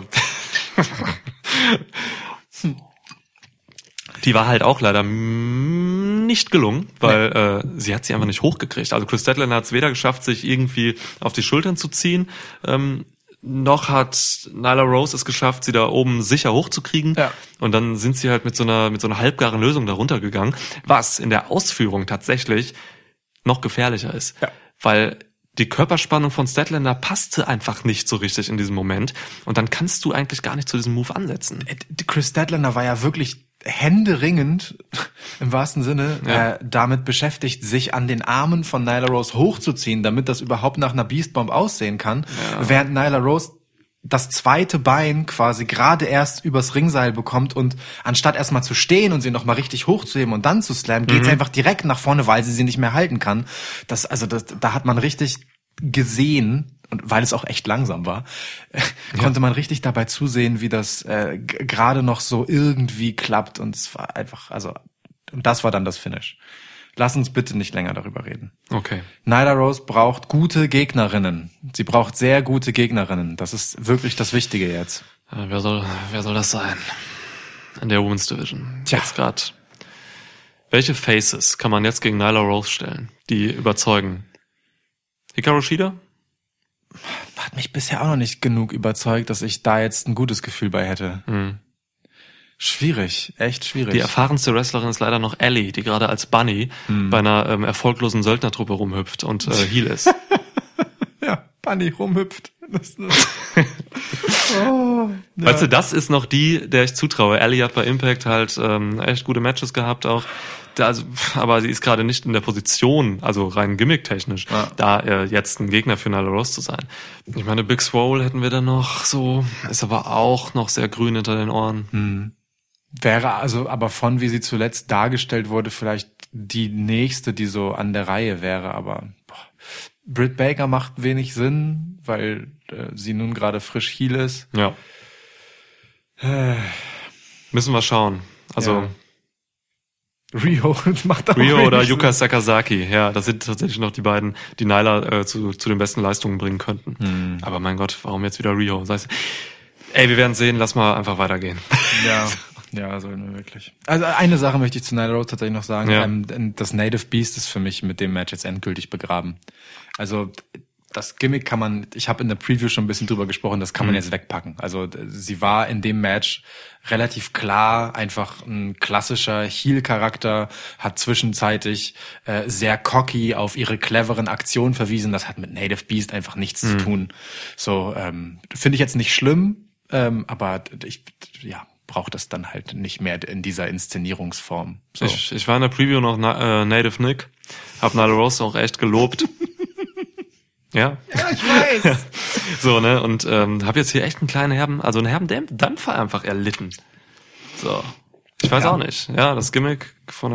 Die war halt auch leider nicht gelungen, weil sie hat sie einfach nicht hochgekriegt. Also Chris Statlander hat es weder geschafft, sich irgendwie auf die Schultern zu ziehen, noch hat Nyla Rose es geschafft, sie da oben sicher hochzukriegen. Ja. Und dann sind sie halt mit so einer halbgaren Lösung da runtergegangen, was in der Ausführung tatsächlich noch gefährlicher ist. Ja. Weil die Körperspannung von Statlander passte einfach nicht so richtig in diesem Moment. Und dann kannst du eigentlich gar nicht zu diesem Move ansetzen. Chris Statlander war ja wirklich händeringend, im wahrsten Sinne, damit beschäftigt, sich an den Armen von Nyla Rose hochzuziehen, damit das überhaupt nach einer Beastbomb aussehen kann, während Nyla Rose das zweite Bein quasi gerade erst übers Ringseil bekommt und anstatt erstmal zu stehen und sie nochmal richtig hochzuheben und dann zu slammen, geht sie einfach direkt nach vorne, weil sie nicht mehr halten kann. Da hat man richtig gesehen, und weil es auch echt langsam war, konnte man richtig dabei zusehen, wie das gerade noch so irgendwie klappt, und es war einfach, und das war dann das Finish. Lass uns bitte nicht länger darüber reden. Okay. Nyla Rose braucht gute Gegnerinnen. Sie braucht sehr gute Gegnerinnen. Das ist wirklich das Wichtige jetzt. Wer soll das sein? In der Women's Division. Tja. Jetzt grad. Welche Faces kann man jetzt gegen Nyla Rose stellen, die überzeugen? Hikaru Shida? Hat mich bisher auch noch nicht genug überzeugt, dass ich da jetzt ein gutes Gefühl bei hätte. Schwierig, echt schwierig. Die erfahrenste Wrestlerin ist leider noch Ellie, die gerade als Bunny bei einer erfolglosen Söldnertruppe rumhüpft und Heel ist. Ja, Bunny rumhüpft. Weißt du, das ist noch die, der ich zutraue. Ellie hat bei Impact halt echt gute Matches gehabt auch. Aber sie ist gerade nicht in der Position, also rein gimmick-technisch, da jetzt ein Gegner für Nyla Rose zu sein. Ich meine, Big Swole hätten wir dann noch so, ist aber auch noch sehr grün hinter den Ohren. Wäre aber von wie sie zuletzt dargestellt wurde, vielleicht die nächste, die so an der Reihe wäre, aber Britt Baker macht wenig Sinn, weil sie nun gerade frisch Heel ist. Ja. Müssen wir schauen. Also Rio macht auch Rio oder wenig Yuka Sinn. Sakazaki, ja, das sind tatsächlich noch die beiden, die Nyla zu den besten Leistungen bringen könnten. Aber mein Gott, warum jetzt wieder Rio? Das heißt, wir werden sehen, lass mal einfach weitergehen. Ja, sollen wir wirklich. Also eine Sache möchte ich zu Nyla Rose tatsächlich noch sagen. Ja. Das Native Beast ist für mich mit dem Match jetzt endgültig begraben. Also das Gimmick ich habe in der Preview schon ein bisschen drüber gesprochen, das kann man jetzt wegpacken. Also sie war in dem Match relativ klar einfach ein klassischer Heel-Charakter, hat zwischenzeitlich sehr cocky auf ihre cleveren Aktionen verwiesen. Das hat mit Native Beast einfach nichts zu tun. So, finde ich jetzt nicht schlimm, aber ich brauche das dann halt nicht mehr in dieser Inszenierungsform. So. Ich war in der Preview noch Native Nick, hab Nyla Rose auch echt gelobt. Ja, ich weiß. So, ne, und habe jetzt hier echt einen herben Dampfer einfach erlitten. So. Ich weiß auch nicht. Ja, das Gimmick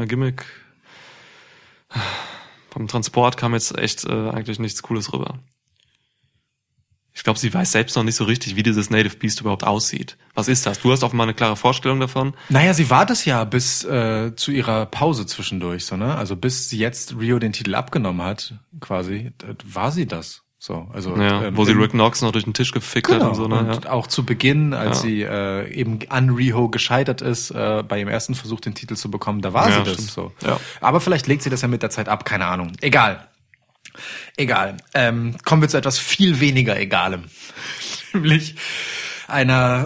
vom Transport kam jetzt echt eigentlich nichts Cooles rüber. Ich glaube, sie weiß selbst noch nicht so richtig, wie dieses Native Beast überhaupt aussieht. Was ist das? Du hast offenbar eine klare Vorstellung davon. Naja, sie war das ja bis zu ihrer Pause zwischendurch, so, ne? Also bis sie jetzt Rio den Titel abgenommen hat, quasi, war sie das. So, also wo sie Rick Knox noch durch den Tisch gefickt hat und so, ne? Und auch zu Beginn, als sie eben an Riho gescheitert ist, bei ihrem ersten Versuch den Titel zu bekommen, da war sie das. Stimmt. So. Ja. Aber vielleicht legt sie das ja mit der Zeit ab, keine Ahnung. Egal. Kommen wir zu etwas viel weniger Egalem. Nämlich einer,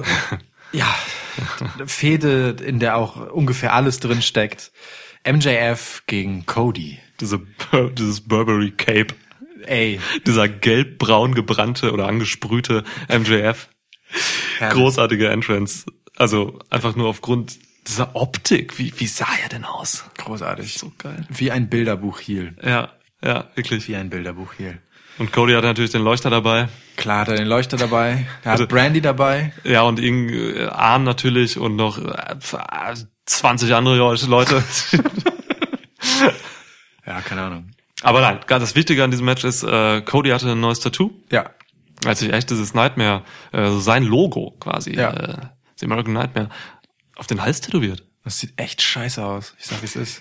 Fehde, in der auch ungefähr alles drin steckt. MJF gegen Cody. Dieses Burberry Cape. Ey. Dieser gelb-braun gebrannte oder angesprühte MJF. Herrlich. Großartige Entrance. Also einfach nur aufgrund dieser Optik. Wie sah er denn aus? Großartig. So geil. Wie ein Bilderbuch-Heel. Ja, wirklich. Wie ein Bilderbuch-Heel. Und Cody hat natürlich den Leuchter dabei. Klar hat er den Leuchter dabei. Er hat Brandy dabei. Ja, und Arn natürlich und noch 20 andere Leute. Ja, keine Ahnung. Aber nein, das Wichtige an diesem Match ist, Cody hatte ein neues Tattoo. Ja. Als sich echt dieses Nightmare, sein Logo quasi, Ja. The American Nightmare, auf den Hals tätowiert. Das sieht echt scheiße aus. Ich sag, wie es ist.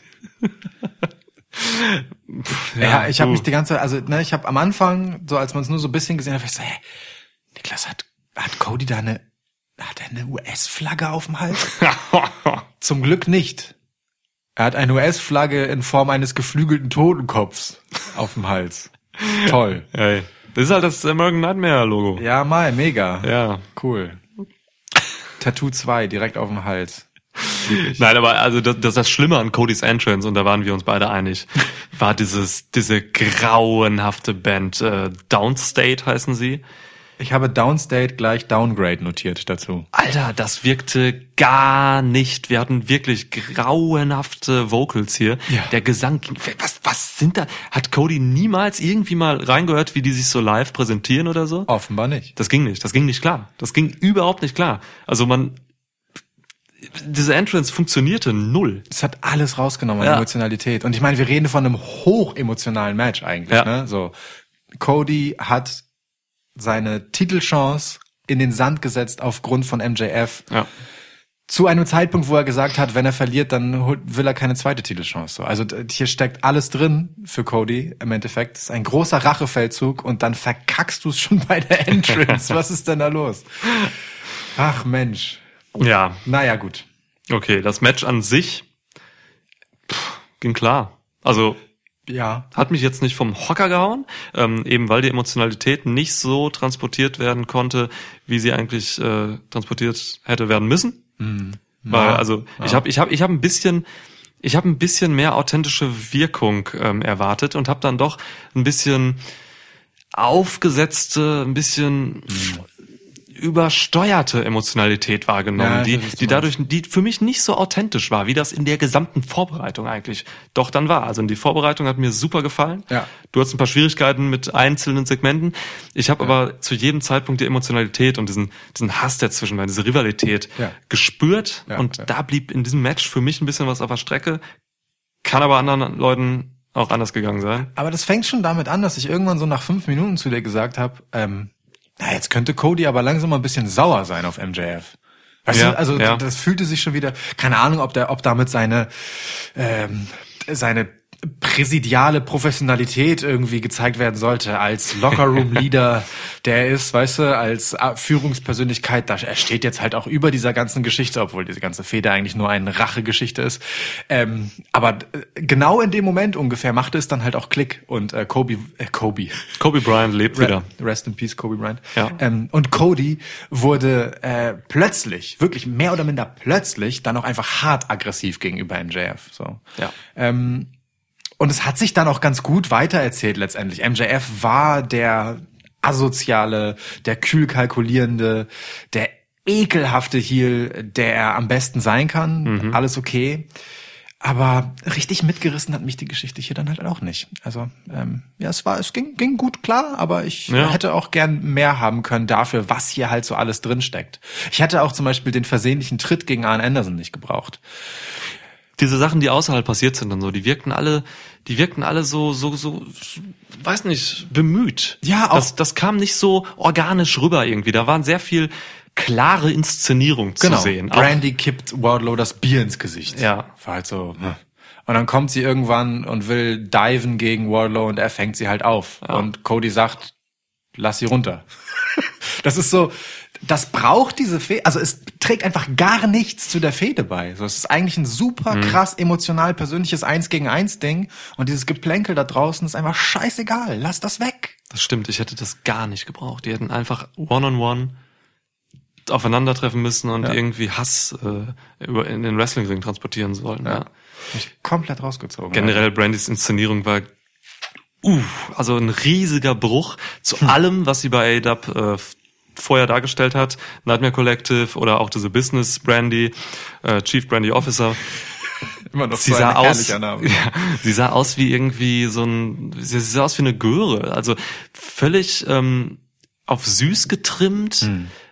Ja, ich habe mich die ganze Zeit, ich habe am Anfang, so als man es nur so ein bisschen gesehen hat, ich so, Niklas, hat Cody da hat er eine US-Flagge auf dem Hals? Zum Glück nicht. Er hat eine US-Flagge in Form eines geflügelten Totenkopfs auf dem Hals. Toll. Hey, das ist halt das American Nightmare Logo. Ja, mega. Ja. Cool. Tattoo 2 direkt auf dem Hals. Nein, aber also das Schlimme an Codys Entrance, und da waren wir uns beide einig, war diese grauenhafte Band, Downstate heißen sie, Ich habe Downstate gleich Downgrade notiert dazu. Alter, das wirkte gar nicht. Wir hatten wirklich grauenhafte Vocals hier. Ja. Der Gesang, was sind da? Hat Cody niemals irgendwie mal reingehört, wie die sich so live präsentieren oder so? Offenbar nicht. Das ging nicht klar. Das ging überhaupt nicht klar. Also diese Entrance funktionierte null. Es hat alles rausgenommen an Emotionalität. Und ich meine, wir reden von einem hochemotionalen Match eigentlich. Ja. Ne? So, Cody hat seine Titelchance in den Sand gesetzt aufgrund von MJF. Ja. Zu einem Zeitpunkt, wo er gesagt hat, wenn er verliert, dann will er keine zweite Titelchance. So, also hier steckt alles drin für Cody im Endeffekt. Es ist ein großer Rachefeldzug und dann verkackst du es schon bei der Entrance. Was ist denn da los? Ach Mensch. Ja. Naja, gut. Okay, das Match an sich ging klar. Also Ja. hat mich jetzt nicht vom Hocker gehauen, eben weil die Emotionalität nicht so transportiert werden konnte, wie sie eigentlich transportiert hätte werden müssen. Weil, also ich habe ein bisschen mehr authentische Wirkung erwartet und habe dann doch ein bisschen aufgesetzte, ein bisschen übersteuerte Emotionalität wahrgenommen, Ja, die für mich nicht so authentisch war, wie das in der gesamten Vorbereitung eigentlich doch dann war. Also die Vorbereitung hat mir super gefallen. Ja. Du hast ein paar Schwierigkeiten mit einzelnen Segmenten. Ich habe aber zu jedem Zeitpunkt die Emotionalität und diesen Hass dazwischen, diese Rivalität gespürt. Ja, und ja. da blieb in diesem Match für mich ein bisschen was auf der Strecke. Kann aber anderen Leuten auch anders gegangen sein. Aber das fängt schon damit an, dass ich irgendwann so nach 5 Minuten zu dir gesagt habe, jetzt könnte Cody aber langsam mal ein bisschen sauer sein auf MJF. Weißt Ja, du, also ja. das fühlte sich schon wieder, keine Ahnung, ob damit seine präsidiale Professionalität irgendwie gezeigt werden sollte, als Lockerroom-Leader, der ist, weißt du, als Führungspersönlichkeit, er steht jetzt halt auch über dieser ganzen Geschichte, obwohl diese ganze Fehde eigentlich nur eine Rachegeschichte ist. Aber genau in dem Moment ungefähr machte es dann halt auch Klick und Kobe Bryant lebt wieder. Rest in Peace, Kobe Bryant. Ja. Und Cody wurde plötzlich, wirklich mehr oder minder plötzlich, dann auch einfach hart aggressiv gegenüber MJF. So. Ja. Und es hat sich dann auch ganz gut weitererzählt letztendlich. MJF war der asoziale, der kühl kalkulierende, der ekelhafte Heel, der er am besten sein kann. Alles okay. Aber richtig mitgerissen hat mich die Geschichte hier dann halt auch nicht. Also es ging gut klar, aber ich hätte auch gern mehr haben können dafür, was hier halt so alles drin steckt. Ich hätte auch zum Beispiel den versehentlichen Tritt gegen Arn Anderson nicht gebraucht. Diese Sachen, die außerhalb passiert sind und so, die wirkten alle so, weiß nicht, bemüht. Ja, auch. Das kam nicht so organisch rüber irgendwie. Da waren sehr viel klare Inszenierung zu sehen. Auch, Brandy kippt Wardlow das Bier ins Gesicht. Ja. War halt so. Und dann kommt sie irgendwann und will diven gegen Wardlow und er fängt sie halt auf. Ja. Und Cody sagt, lass sie runter. Das ist so, das braucht diese Fehde, also es trägt einfach gar nichts zu der Fehde bei. So, es ist eigentlich ein super krass emotional persönliches 1-gegen-1 Ding und dieses Geplänkel da draußen ist einfach scheißegal. Lass das weg. das stimmt, ich hätte das gar nicht gebraucht. Die hätten einfach one-on-one aufeinandertreffen müssen und irgendwie Hass in den Wrestlingring transportieren sollen. Ja. Mich komplett rausgezogen. Generell Brandys Inszenierung war also ein riesiger Bruch zu allem, was sie bei AEW vorher dargestellt hat. Nightmare Collective oder auch diese Business Brandy, Chief Brandy Officer. Immer noch Sie so sah ein aus, herrlicher Name. ja, sie sah aus wie irgendwie sie sah aus wie eine Göre. Also völlig auf süß getrimmt,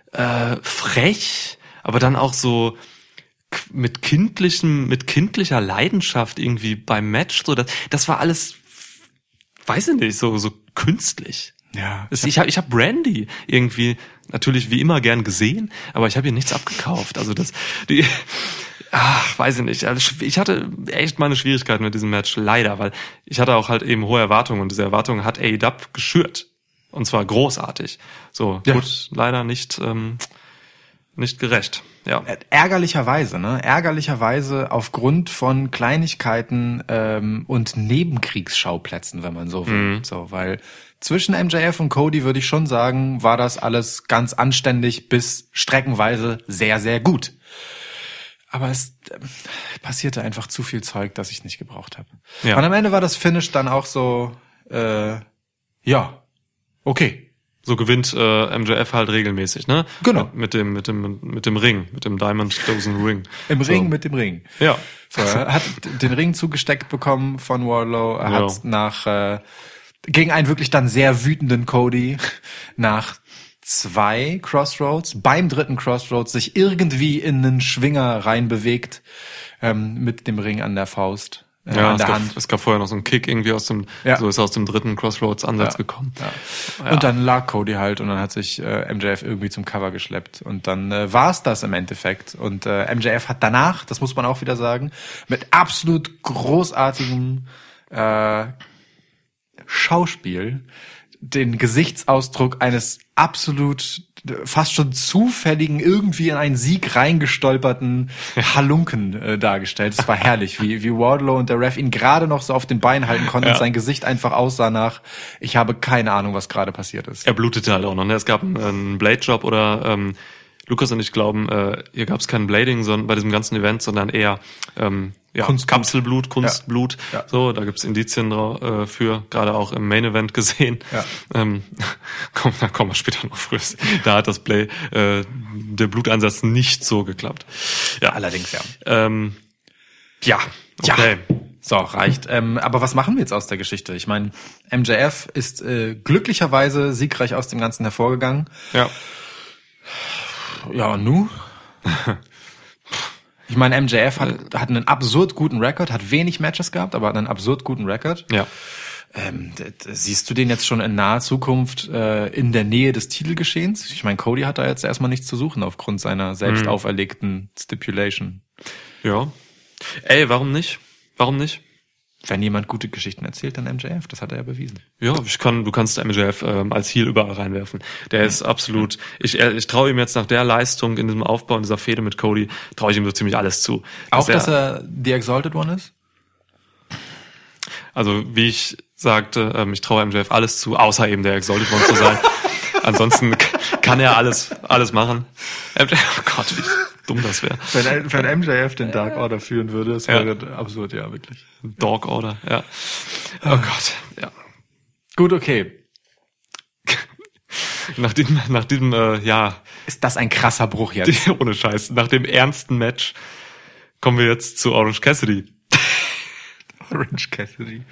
frech, aber dann auch so mit kindlicher Leidenschaft irgendwie beim Match. So, das war alles, weiß ich nicht, so künstlich. Ja. Ich hab Brandy irgendwie natürlich wie immer gern gesehen, aber ich habe ihr nichts abgekauft. Also weiß ich nicht. Also ich hatte echt meine Schwierigkeiten mit diesem Match, leider, weil ich hatte auch halt eben hohe Erwartungen und diese Erwartungen hat AEW geschürt. Und zwar großartig. So, Ja. gut, leider nicht gerecht. Ja. Ärgerlicherweise aufgrund von Kleinigkeiten und Nebenkriegsschauplätzen, wenn man so will. So, weil zwischen MJF und Cody würde ich schon sagen, war das alles ganz anständig bis streckenweise sehr, sehr gut. Aber es passierte einfach zu viel Zeug, das ich nicht gebraucht habe. Ja. Und am Ende war das Finish dann auch so, okay. So gewinnt MJF halt regelmäßig, ne? Genau. Mit dem Ring, mit dem Diamond Dozen Ring. Im so. Ring mit dem Ring. Ja. So, er hat den Ring zugesteckt bekommen von Wardlow. Er hat gegen einen wirklich dann sehr wütenden Cody nach 2 Crossroads, beim 3. Crossroads sich irgendwie in einen Schwinger reinbewegt, mit dem Ring an der Faust. Ja, es gab vorher noch so einen Kick irgendwie so ist er aus dem 3. Crossroads-Ansatz gekommen. Ja. Und dann lag Cody halt und dann hat sich MJF irgendwie zum Cover geschleppt. Und dann war's das im Endeffekt. Und MJF hat danach, das muss man auch wieder sagen, mit absolut großartigem Schauspiel den Gesichtsausdruck eines absolut fast schon zufälligen, irgendwie in einen Sieg reingestolperten Halunken dargestellt. Es war herrlich, wie Wardlow und der Ref ihn gerade noch so auf den Beinen halten konnten und sein Gesicht einfach aussah nach, ich habe keine Ahnung, was gerade passiert ist. Er blutete halt auch noch, ne? Es gab einen Blade-Job oder Lukas und ich glauben, hier gab es kein Blading bei diesem ganzen Event, sondern eher Kapselblut, Kunstblut. Ja. So, da gibt's Indizien für, gerade auch im Main Event gesehen. Ja. Da kommen wir später noch früh. Da hat der Bluteinsatz nicht so geklappt. Ja, allerdings okay. Ja. So, reicht. Aber was machen wir jetzt aus der Geschichte? Ich meine, MJF ist glücklicherweise siegreich aus dem Ganzen hervorgegangen. Ja. Ja, und nu? Ich meine, MJF hat einen absurd guten Rekord, hat wenig Matches gehabt, aber hat einen absurd guten Rekord. Ja. Siehst du den jetzt schon in naher Zukunft in der Nähe des Titelgeschehens? Ich meine, Cody hat da jetzt erstmal nichts zu suchen aufgrund seiner selbst auferlegten Stipulation. Ja. Ey, warum nicht? Warum nicht? Wenn jemand gute Geschichten erzählt, dann MJF. Das hat er ja bewiesen. Ja, du kannst MJF als Heel überall reinwerfen. Der ist absolut, ich traue ihm jetzt nach der Leistung in diesem Aufbau, in dieser Fehde mit Cody, traue ich ihm so ziemlich alles zu. Auch, dass er the Exalted One ist? Also, wie ich sagte, ich traue MJF alles zu, außer eben der Exalted One zu sein. Ansonsten kann er alles machen. Oh Gott, wie dumm das wäre. Wenn MJF den Dark Order führen würde, das wäre absurd, ja, wirklich. Dog Order, ja. Oh Gott, ja. Gut, okay. Nach diesem ist das ein krasser Bruch jetzt? Ohne Scheiß. Nach dem ernsten Match kommen wir jetzt zu Orange Cassidy. Orange Cassidy.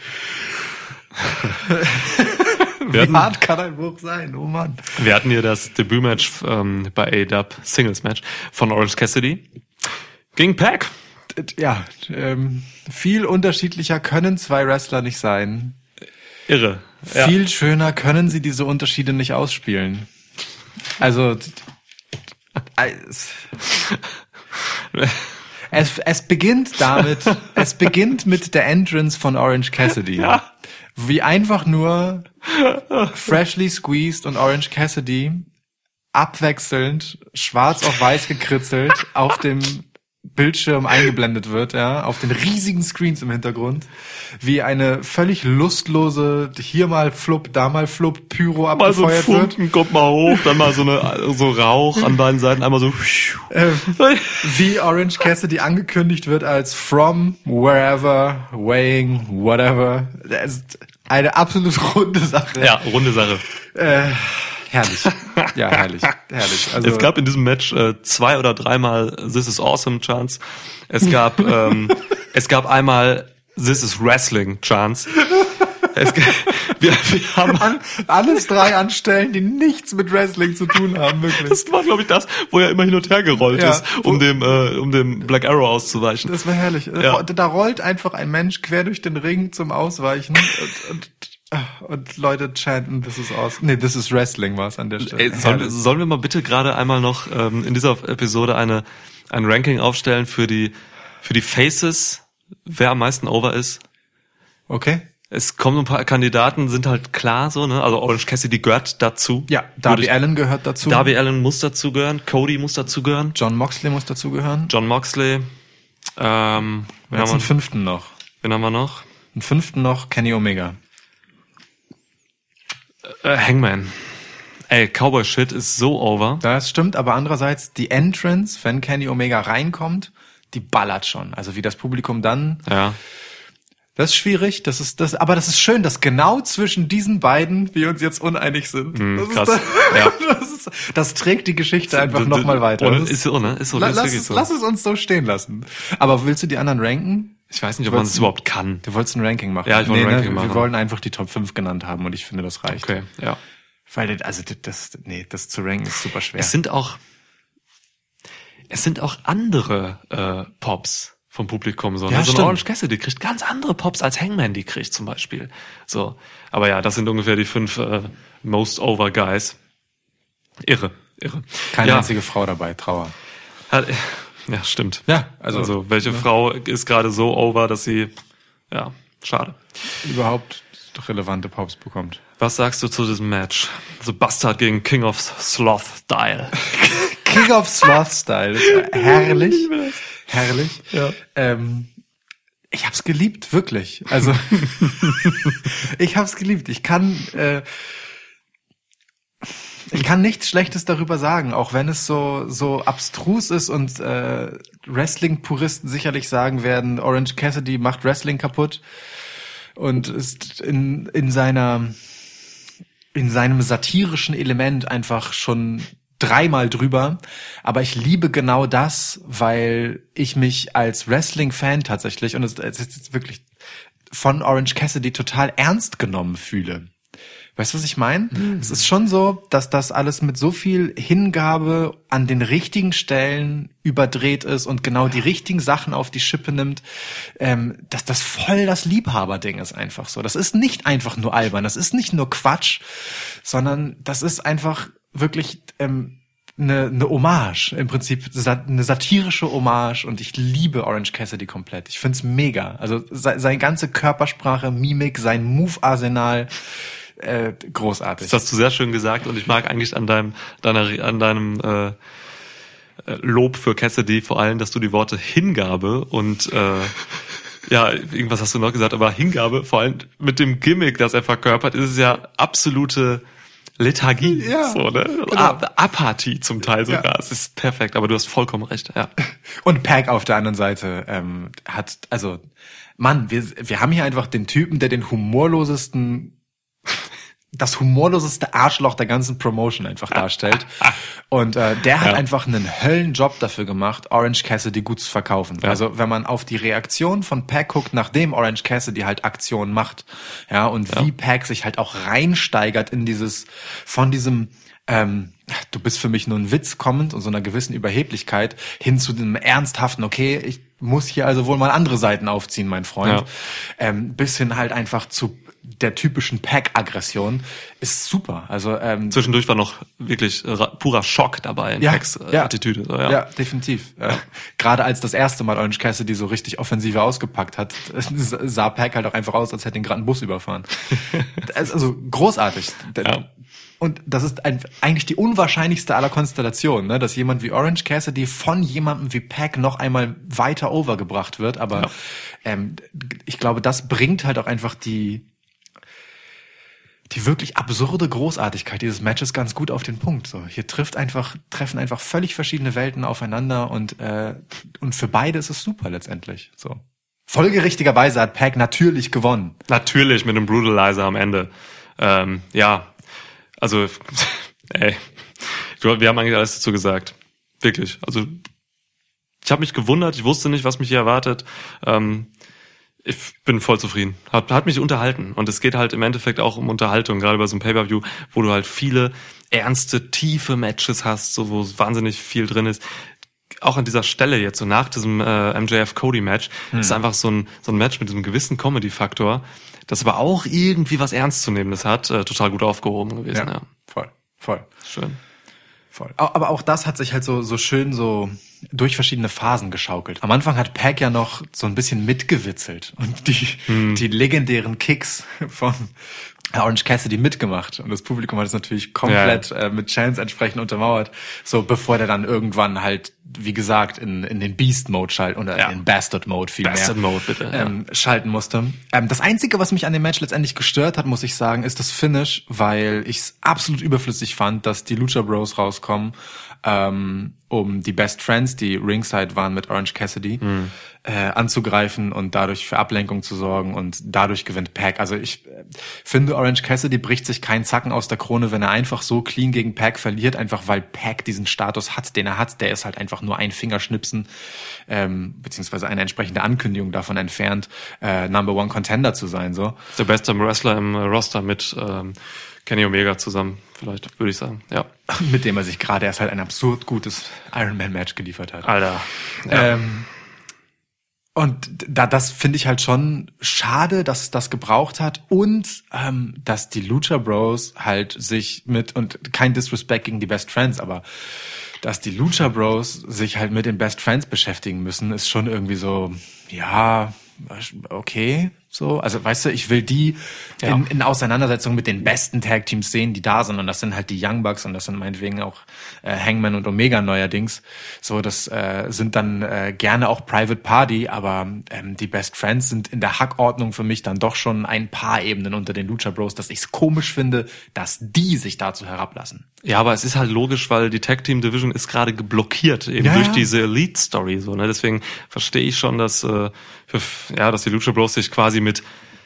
Wie hart kann ein Bruch sein? Oh Mann. Wir hatten hier das Debütmatch bei AEW Singles Match von Orange Cassidy gegen Pac. Ja, viel unterschiedlicher können 2 Wrestler nicht sein. Irre. Ja. Viel schöner können sie diese Unterschiede nicht ausspielen. Also es beginnt mit der Entrance von Orange Cassidy. Ja. Wie einfach nur Freshly Squeezed und Orange Cassidy abwechselnd schwarz auf weiß gekritzelt auf dem Bildschirm eingeblendet wird, ja, auf den riesigen Screens im Hintergrund, wie eine völlig lustlose, hier mal Flupp, da mal Flupp, Pyro abgefeuert wird. Mal so ein Funken kommt mal hoch, dann mal so Rauch an beiden Seiten, einmal so. Wie Orange Cassidy angekündigt wird als from, wherever, weighing, whatever. Das ist eine absolut runde Sache. Ja, runde Sache. Herrlich. Ja, herrlich. Also, es gab in diesem Match 2 oder 3 Mal This is Awesome Chance. Es gab einmal This is Wrestling Chance. Wir haben alles 3 anstellen, die nichts mit Wrestling zu tun haben, wirklich. Das war, glaube ich, das, wo er immer hin und her gerollt ist, um dem Black Arrow auszuweichen. Das war herrlich. Ja. Da rollt einfach ein Mensch quer durch den Ring zum Ausweichen und Leute chanten, this is awesome. Nee, this is Wrestling war es an der Stelle. Sollen wir mal bitte gerade einmal noch in dieser Episode ein Ranking aufstellen für die Faces, wer am meisten over ist? Okay. Es kommen ein paar Kandidaten, sind halt klar so, ne? Also Orange Cassidy gehört dazu. Ja, Darby Allin gehört dazu. Darby Allin muss dazu gehören, Cody muss dazu gehören. John Moxley muss dazu gehören. Wen haben wir einen 5. noch? Wen haben wir noch? Einen 5. noch, Kenny Omega. Hangman. Ey, Cowboy Shit ist so over. Das stimmt, aber andererseits die Entrance, wenn Kenny Omega reinkommt, die ballert schon. Also wie das Publikum dann... Ja. Das ist schwierig, aber das ist schön, dass genau zwischen diesen beiden wir uns jetzt uneinig sind. Krass. Ja. Das trägt die Geschichte einfach nochmal weiter. Ist so, ne? Ist so, lass so. es uns so stehen lassen. Aber willst du die anderen ranken? Ich weiß nicht, ob man das überhaupt kann. Du wolltest ein Ranking machen. Ja, ich wollte ein Ranking machen. Wir wollen einfach die Top 5 genannt haben und ich finde, das reicht. Okay, ja. Weil, das zu ranken ist super schwer. Es sind auch andere Pops vom Publikum, so. Ja, so ein stimmt. Orange Cassidy kriegt ganz andere Pops als Hangman die kriegt zum Beispiel. So. Aber ja, das sind ungefähr die 5 Most Over Guys. Irre. Keine einzige Frau dabei, Trauer. Ja, stimmt. Ja, also welche Frau ist gerade so over, dass sie, ja, schade. Überhaupt relevante Pops bekommt. Was sagst du zu diesem Match? So Bastard gegen King of Sloth Style. King of Sloth Style. Herrlich. Herrlich. Ja. Ich hab's geliebt, wirklich. Also, ich hab's geliebt. Ich kann nichts Schlechtes darüber sagen, auch wenn es so abstrus ist und Wrestling-Puristen sicherlich sagen werden, Orange Cassidy macht Wrestling kaputt und ist in seinem satirischen Element einfach schon dreimal drüber. Aber ich liebe genau das, weil ich mich als Wrestling-Fan tatsächlich, und es ist jetzt wirklich von Orange Cassidy total ernst genommen fühle. Weißt du, was ich meine? Es ist schon so, dass das alles mit so viel Hingabe an den richtigen Stellen überdreht ist und genau die richtigen Sachen auf die Schippe nimmt, dass das voll das Liebhaberding ist einfach so. Das ist nicht einfach nur albern, das ist nicht nur Quatsch, sondern das ist einfach wirklich eine Hommage, im Prinzip eine satirische Hommage, und ich liebe Orange Cassidy komplett. Ich find's mega. Also seine ganze Körpersprache, Mimik, sein Move-Arsenal, großartig. Das hast du sehr schön gesagt, und ich mag eigentlich an deinem Lob für Cassidy vor allem, dass du die Worte Hingabe und ja, irgendwas hast du noch gesagt, aber Hingabe, vor allem mit dem Gimmick, das er verkörpert, ist es ja absolute Lethargie, ja, so, ne? Genau. Apathie zum Teil sogar. Ja. Es ist perfekt, aber du hast vollkommen recht, ja. Und Pac auf der anderen Seite wir haben hier einfach den Typen, der das humorloseste Arschloch der ganzen Promotion einfach darstellt. Und der hat einfach einen Höllenjob dafür gemacht, Orange Cassidy gut zu verkaufen. Ja. Also wenn man auf die Reaktion von Pac guckt, nachdem Orange Cassidy halt Aktionen macht, ja, und wie Pac sich halt auch reinsteigert in von diesem du bist für mich nur ein Witz kommend und so einer gewissen Überheblichkeit hin zu dem ernsthaften, okay, ich muss hier also wohl mal andere Seiten aufziehen, mein Freund. Ja. Bis hin halt einfach zu der typischen Pack-Aggression ist super. Also zwischendurch war noch wirklich purer Schock dabei in Packs Attitüde. So, ja, definitiv. Gerade als das erste Mal Orange Cassidy so richtig offensiver ausgepackt hat, sah Pac halt auch einfach aus, als hätte ihn gerade einen Bus überfahren. Also großartig. Ja. Und das ist eigentlich die unwahrscheinlichste aller Konstellationen, ne? Dass jemand wie Orange Cassidy von jemandem wie Pac noch einmal weiter overgebracht wird. Aber ich glaube, das bringt halt auch einfach die wirklich absurde Großartigkeit dieses Matches ganz gut auf den Punkt. So, hier treffen einfach völlig verschiedene Welten aufeinander, und für beide ist es super letztendlich. So. Folgerichtigerweise hat Pac natürlich gewonnen. Natürlich mit dem Brutalizer am Ende. Ja. Also, wir haben eigentlich alles dazu gesagt. Wirklich. Also, ich habe mich gewundert, ich wusste nicht, was mich hier erwartet. Ich bin voll zufrieden. Hat mich unterhalten. Und es geht halt im Endeffekt auch um Unterhaltung, gerade bei so einem Pay-Per-View, wo du halt viele ernste, tiefe Matches hast, so wo wahnsinnig viel drin ist. Auch an dieser Stelle jetzt, so nach diesem MJF-Cody-Match, ist einfach so ein Match mit diesem gewissen Comedy-Faktor, das aber auch irgendwie was Ernstzunehmendes hat, total gut aufgehoben gewesen. Ja. Voll. Schön. Voll. Aber auch das hat sich halt so schön so durch verschiedene Phasen geschaukelt. Am Anfang hat Pac ja noch so ein bisschen mitgewitzelt und die legendären Kicks von Orange Cassidy mitgemacht. Und das Publikum hat es natürlich komplett mit Chants entsprechend untermauert. So, bevor der dann irgendwann halt wie gesagt, in den Beast-Mode schalten oder in den Bastard-Mode vielmehr. Bastard-Mode, bitte. Schalten musste. Das Einzige, was mich an dem Match letztendlich gestört hat, muss ich sagen, ist das Finish, weil ich es absolut überflüssig fand, dass die Lucha Bros rauskommen, um die Best Friends, die ringside waren mit Orange Cassidy, anzugreifen und dadurch für Ablenkung zu sorgen und dadurch gewinnt Pac. Also ich finde, Orange Cassidy bricht sich keinen Zacken aus der Krone, wenn er einfach so clean gegen Pac verliert, einfach weil Pac diesen Status hat, den er hat. Der ist halt einfach nur ein Fingerschnipsen, beziehungsweise eine entsprechende Ankündigung davon entfernt, Number One Contender zu sein. So. Der beste Wrestler im Roster mit Kenny Omega zusammen, vielleicht, würde ich sagen, ja. Mit dem er sich gerade erst halt ein absurd gutes Iron-Man-Match geliefert hat. Alter. Ja. Und das finde ich halt schon schade, dass es das gebraucht hat und dass die Lucha Bros halt sich und kein Disrespect gegen die Best Friends, aber dass die Lucha Bros sich halt mit den Best Friends beschäftigen müssen, ist schon irgendwie so, ja, okay, so. Also, weißt du, ich will die in Auseinandersetzung mit den besten Tag-Teams sehen, die da sind. Und das sind halt die Young Bucks und das sind meinetwegen auch Hangman und Omega neuerdings. So, das sind dann gerne auch Private Party, aber die Best Friends sind in der Hackordnung für mich dann doch schon ein paar Ebenen unter den Lucha Bros, dass ich es komisch finde, dass die sich dazu herablassen. Ja, aber es ist halt logisch, weil die Tag Team Division ist gerade geblockiert, eben durch diese Elite Story, so, ne? Deswegen verstehe ich schon, dass dass die Lucha Bros sich quasi mit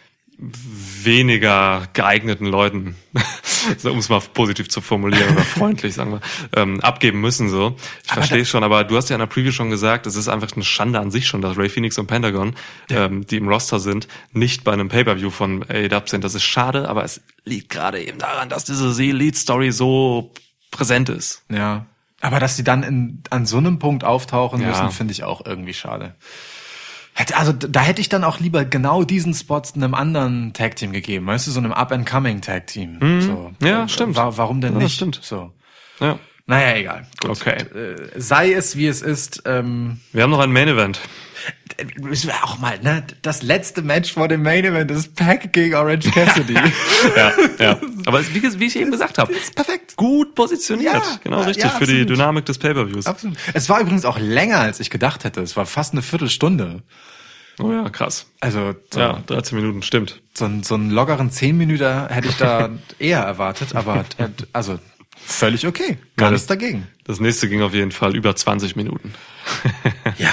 weniger geeigneten Leuten, um es mal positiv zu formulieren oder freundlich, sagen wir, abgeben müssen, so. Ich verstehe schon, aber du hast ja in der Preview schon gesagt, es ist einfach eine Schande an sich schon, dass Rey Fenix und Pentagon, die im Roster sind, nicht bei einem Pay-Per-View von AEW sind. Das ist schade, aber es liegt gerade eben daran, dass diese Elite-Story so präsent ist. Ja. Aber dass sie dann an so einem Punkt auftauchen müssen, finde ich auch irgendwie schade. Also da hätte ich dann auch lieber genau diesen Spot einem anderen Tag-Team gegeben, weißt du, so einem Up-and-Coming-Tag-Team. So. Ja, stimmt. Warum denn nicht? Stimmt. So. Ja. Naja, egal. Gut. Okay. Sei es, wie es ist. Wir haben noch ein Main-Event. Müssen wir auch mal, ne? Das letzte Match vor dem Main-Event ist Pac gegen Orange Cassidy. ja. Aber wie ich eben gesagt habe, ist perfekt. Gut positioniert. Ja, genau, richtig. ja, für die Dynamik des Pay-Per-Views. Absolut. Es war übrigens auch länger, als ich gedacht hätte. Es war fast eine Viertelstunde. Oh ja, krass. Also 13 Minuten, stimmt. So einen lockeren 10 Minuten hätte ich da eher erwartet, aber also völlig okay. Gar nichts dagegen. Das nächste ging auf jeden Fall über 20 Minuten. Ja.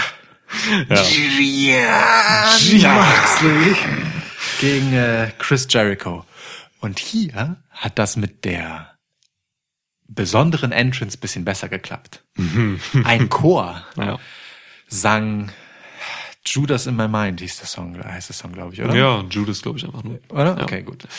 Ja. Moxley gegen Chris Jericho. Und hier hat das mit der besonderen Entrance bisschen besser geklappt. Ein Chor sang Judas in My Mind heißt der Song, glaube ich, oder? Ja, Judas, glaube ich, einfach nur. Oder? Ja. Okay, gut.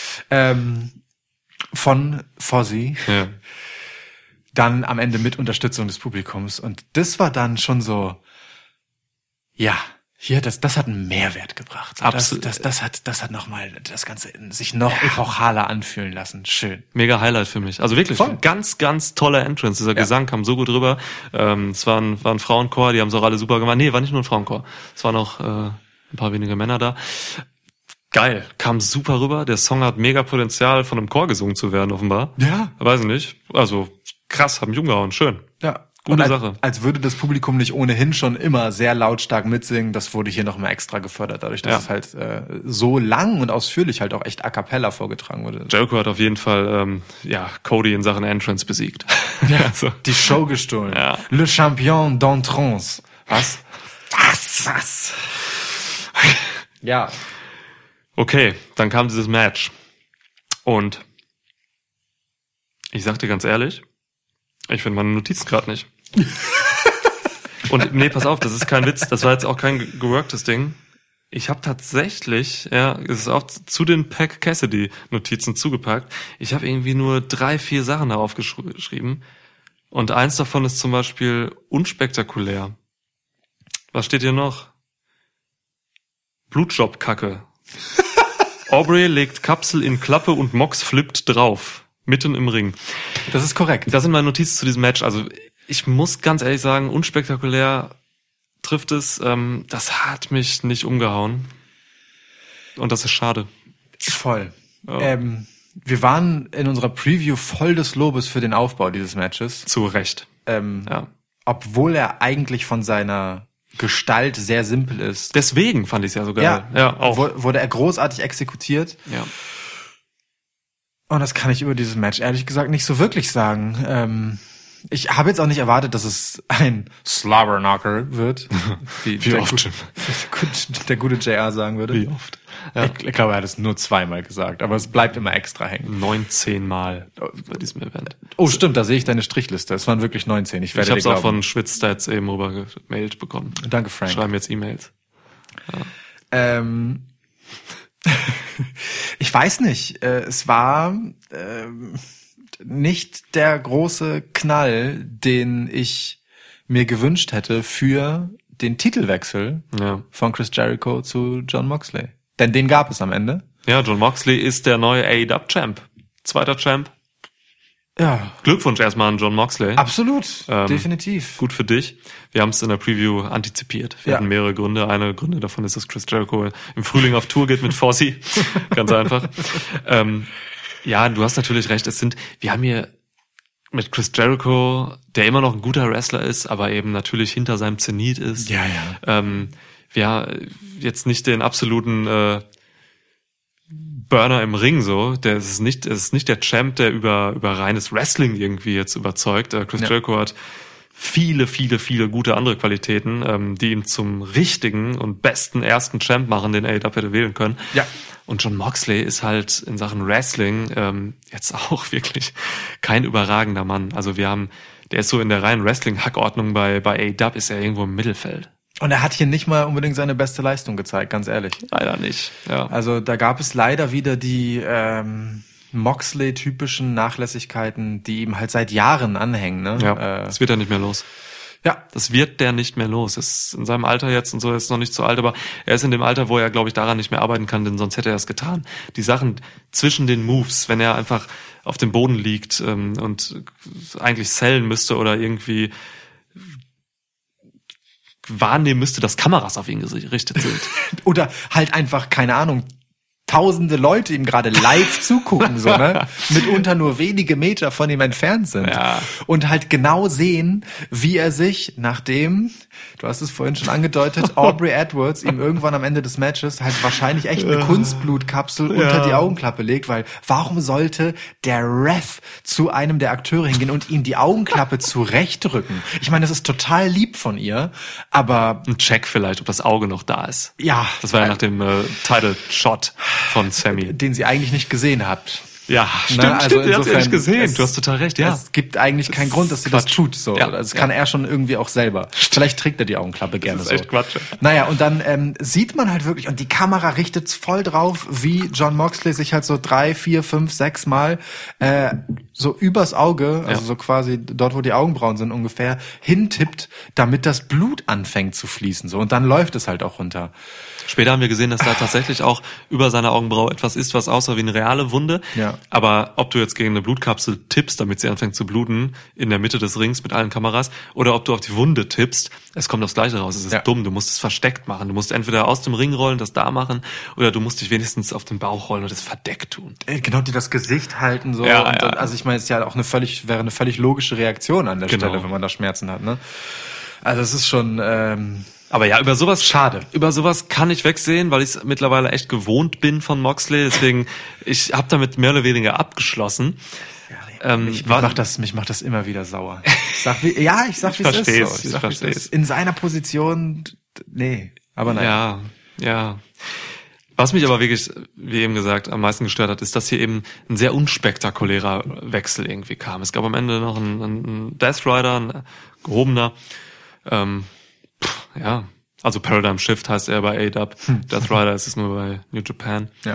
Von Fozzy. Ja. Dann am Ende mit Unterstützung des Publikums. Und das war dann schon so, ja, hier, das hat einen Mehrwert gebracht. So, Absolut. Das hat nochmal das Ganze sich noch epochaler anfühlen lassen. Schön. Mega Highlight für mich. Also wirklich, Voll. ganz, ganz toller Entrance. Dieser Gesang kam so gut rüber. Es war ein Frauenchor, die haben es auch alle super gemacht. Nee, war nicht nur ein Frauenchor. Es waren noch ein paar wenige Männer da. Geil, kam super rüber. Der Song hat mega Potenzial, von einem Chor gesungen zu werden, offenbar. Ja. Weiß ich nicht. Also krass, hat mich umgehauen. Schön. Ja. Gute Und Sache. Als würde das Publikum nicht ohnehin schon immer sehr lautstark mitsingen, das wurde hier nochmal extra gefördert, dadurch, dass es halt so lang und ausführlich halt auch echt a cappella vorgetragen wurde. Jericho hat auf jeden Fall Cody in Sachen Entrance besiegt. Ja, so. Die Show gestohlen. Ja. Le Champion d'Entrance. Was? Was? Ja. Okay, dann kam dieses Match. Und ich sag dir ganz ehrlich, ich finde meine Notizen gerade nicht. Und nee, pass auf, das ist kein Witz, das war jetzt auch kein geworktes Ding. Ich habe tatsächlich, es ist auch zu den Pac Cassidy Notizen zugepackt. Ich habe irgendwie nur 3-4 Sachen darauf geschrieben. Und eins davon ist zum Beispiel unspektakulär. Was steht hier noch? Blutjob-Kacke. Aubrey legt Kapsel in Klappe und Mox flippt drauf. Mitten im Ring. Das ist korrekt. Das sind meine Notizen zu diesem Match. Also ich muss ganz ehrlich sagen, unspektakulär trifft es. Das hat mich nicht umgehauen. Und das ist schade. Voll. Ja. Wir waren in unserer Preview voll des Lobes für den Aufbau dieses Matches. Zu Recht. Ja. obwohl er eigentlich von seiner Gestalt sehr simpel ist. Deswegen fand ich es ja so geil. Ja, auch. Wurde er großartig exekutiert. Ja. Und das kann ich über dieses Match ehrlich gesagt nicht so wirklich sagen. Ich habe jetzt auch nicht erwartet, dass es ein Slobberknocker wird. Wie oft? Der gute JR sagen würde. Wie oft? Ja. Ich glaube, er hat es nur 2-mal gesagt, aber es bleibt immer extra hängen. 19 Mal bei diesem Event. Oh, stimmt, da sehe ich deine Strichliste. Es waren wirklich 19. Ich habe es auch von Schwitzstats eben rüber gemailt bekommen. Danke, Frank. Schreiben jetzt E-Mails. Ja. Ich weiß nicht. Es war nicht der große Knall, den ich mir gewünscht hätte für den Titelwechsel von Chris Jericho zu Jon Moxley. Denn den gab es am Ende. Ja, Jon Moxley ist der neue AEW-Champ. Zweiter Champ. Ja. Glückwunsch erstmal an Jon Moxley. Absolut, definitiv. Gut für dich. Wir haben es in der Preview antizipiert. Wir hatten mehrere Gründe. Eine Gründe davon ist, dass Chris Jericho im Frühling auf Tour geht mit Fozzy. Ganz einfach. Ja, du hast natürlich recht. Wir haben hier mit Chris Jericho, der immer noch ein guter Wrestler ist, aber eben natürlich hinter seinem Zenit ist. Ja. Jetzt nicht den absoluten Burner im Ring so. Es ist nicht der Champ, der über reines Wrestling irgendwie jetzt überzeugt. Chris Jericho hat viele, viele, viele gute andere Qualitäten, die ihn zum richtigen und besten ersten Champ machen, den AEW hätte wählen können. Ja. Und Jon Moxley ist halt in Sachen Wrestling jetzt auch wirklich kein überragender Mann. Also der ist so in der reinen Wrestling-Hackordnung bei AEW ist er irgendwo im Mittelfeld. Und er hat hier nicht mal unbedingt seine beste Leistung gezeigt, ganz ehrlich. Leider nicht, ja. Also da gab es leider wieder die Moxley-typischen Nachlässigkeiten, die ihm halt seit Jahren anhängen. Ne? Ja, das wird er nicht mehr los. Ja. Das wird der nicht mehr los. Ist in seinem Alter jetzt und so, ist noch nicht so alt, aber er ist in dem Alter, wo er, glaube ich, daran nicht mehr arbeiten kann, denn sonst hätte er es getan. Die Sachen zwischen den Moves, wenn er einfach auf dem Boden liegt und eigentlich sellen müsste oder irgendwie wahrnehmen müsste, dass Kameras auf ihn gerichtet sind. Oder halt einfach, keine Ahnung, tausende Leute ihm gerade live zugucken, so, ne? Mitunter nur wenige Meter von ihm entfernt sind. Ja. Und halt genau sehen, wie er sich, nachdem, du hast es vorhin schon angedeutet, Aubrey Edwards ihm irgendwann am Ende des Matches halt wahrscheinlich echt eine Kunstblutkapsel unter die Augenklappe legt, weil warum sollte der Ref zu einem der Akteure hingehen und ihm die Augenklappe zurechtrücken? Ich meine, das ist total lieb von ihr, aber... Ein Check vielleicht, ob das Auge noch da ist. Ja. Das war ja nach dem Title-Shot von Sammy. Den sie eigentlich nicht gesehen hat. Ja, stimmt, also die hat sie nicht gesehen. Du hast total recht, ja. Es gibt eigentlich keinen Grund, dass sie das tut. So. Ja, das kann er schon irgendwie auch selber. Vielleicht trägt er die Augenklappe gerne so. Das ist echt Quatsch. Naja, und dann sieht man halt wirklich, und die Kamera richtet's voll drauf, wie Jon Moxley sich halt so 3, 4, 5, 6 Mal so übers Auge, also so quasi dort, wo die Augenbrauen sind ungefähr, hintippt, damit das Blut anfängt zu fließen. So. Und dann läuft es halt auch runter. Später haben wir gesehen, dass da tatsächlich auch über seiner Augenbraue etwas ist, was aussah wie eine reale Wunde. Ja. Aber ob du jetzt gegen eine Blutkapsel tippst, damit sie anfängt zu bluten, in der Mitte des Rings mit allen Kameras, oder ob du auf die Wunde tippst, es kommt aufs Gleiche raus. Es ist dumm. Du musst es versteckt machen. Du musst entweder aus dem Ring rollen, das da machen, oder du musst dich wenigstens auf den Bauch rollen und das verdeckt tun. Genau, die das Gesicht halten so. Ja, und dann, ja. Also ich meine, es ist ja auch wäre eine völlig logische Reaktion an der Stelle, wenn man da Schmerzen hat. Ne? Also es ist schon... Aber ja, über sowas schade. Über sowas kann ich wegsehen, weil ich es mittlerweile echt gewohnt bin von Moxley. Deswegen, ich habe damit mehr oder weniger abgeschlossen. Mich macht das immer wieder sauer. Ich sag, wie es ist. Ich verstehe es. In seiner Position, nee. Aber nein. Ja. Was mich aber wirklich, wie eben gesagt, am meisten gestört hat, ist, dass hier eben ein sehr unspektakulärer Wechsel irgendwie kam. Es gab am Ende noch einen Death Rider, ein gehobener, ja, also Paradigm Shift heißt er bei AEW. Death Rider ist es nur bei New Japan. Ja.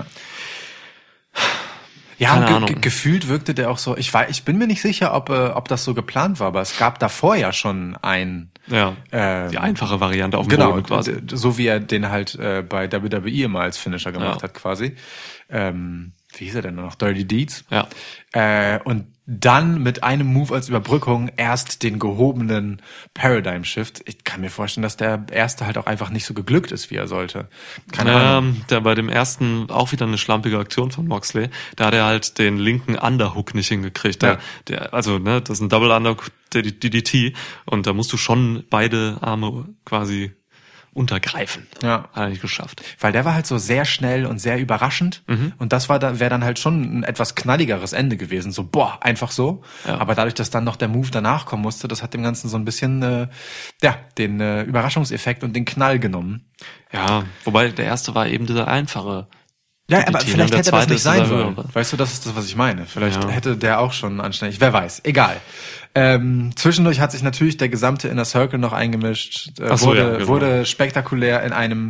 Keine Ja, Ahnung. Gefühlt wirkte der auch so, ich bin mir nicht sicher, ob das so geplant war, aber es gab davor ja schon die einfache Variante auf dem genau, Boden quasi. So wie er den halt bei WWE immer als Finisher gemacht hat quasi. Wie hieß er denn noch? Dirty Deeds. Ja. Und dann mit einem Move als Überbrückung erst den gehobenen Paradigm Shift. Ich kann mir vorstellen, dass der erste halt auch einfach nicht so geglückt ist, wie er sollte. Keine Ahnung. Der bei dem ersten auch wieder eine schlampige Aktion von Moxley. Da hat er halt den linken Underhook nicht hingekriegt. Ja. Das ist ein Double Underhook, der DDT. Und da musst du schon beide Arme quasi untergreifen. Ja. Hat er nicht geschafft. Weil der war halt so sehr schnell und sehr überraschend. Und das wäre dann halt schon ein etwas knalligeres Ende gewesen. So, einfach so. Ja. Aber dadurch, dass dann noch der Move danach kommen musste, das hat dem Ganzen so ein bisschen, den Überraschungseffekt und den Knall genommen. Ja, wobei der erste war eben dieser einfache. Ja, DDT, aber vielleicht der hätte das zweite nicht ist sein dieser sollen. höhere. Weißt du, das ist das, was ich meine. Vielleicht Ja. hätte der auch schon anständig, wer weiß, egal. Zwischendurch hat sich natürlich der gesamte Inner Circle noch eingemischt, Ach so, ja, genau. wurde spektakulär in einem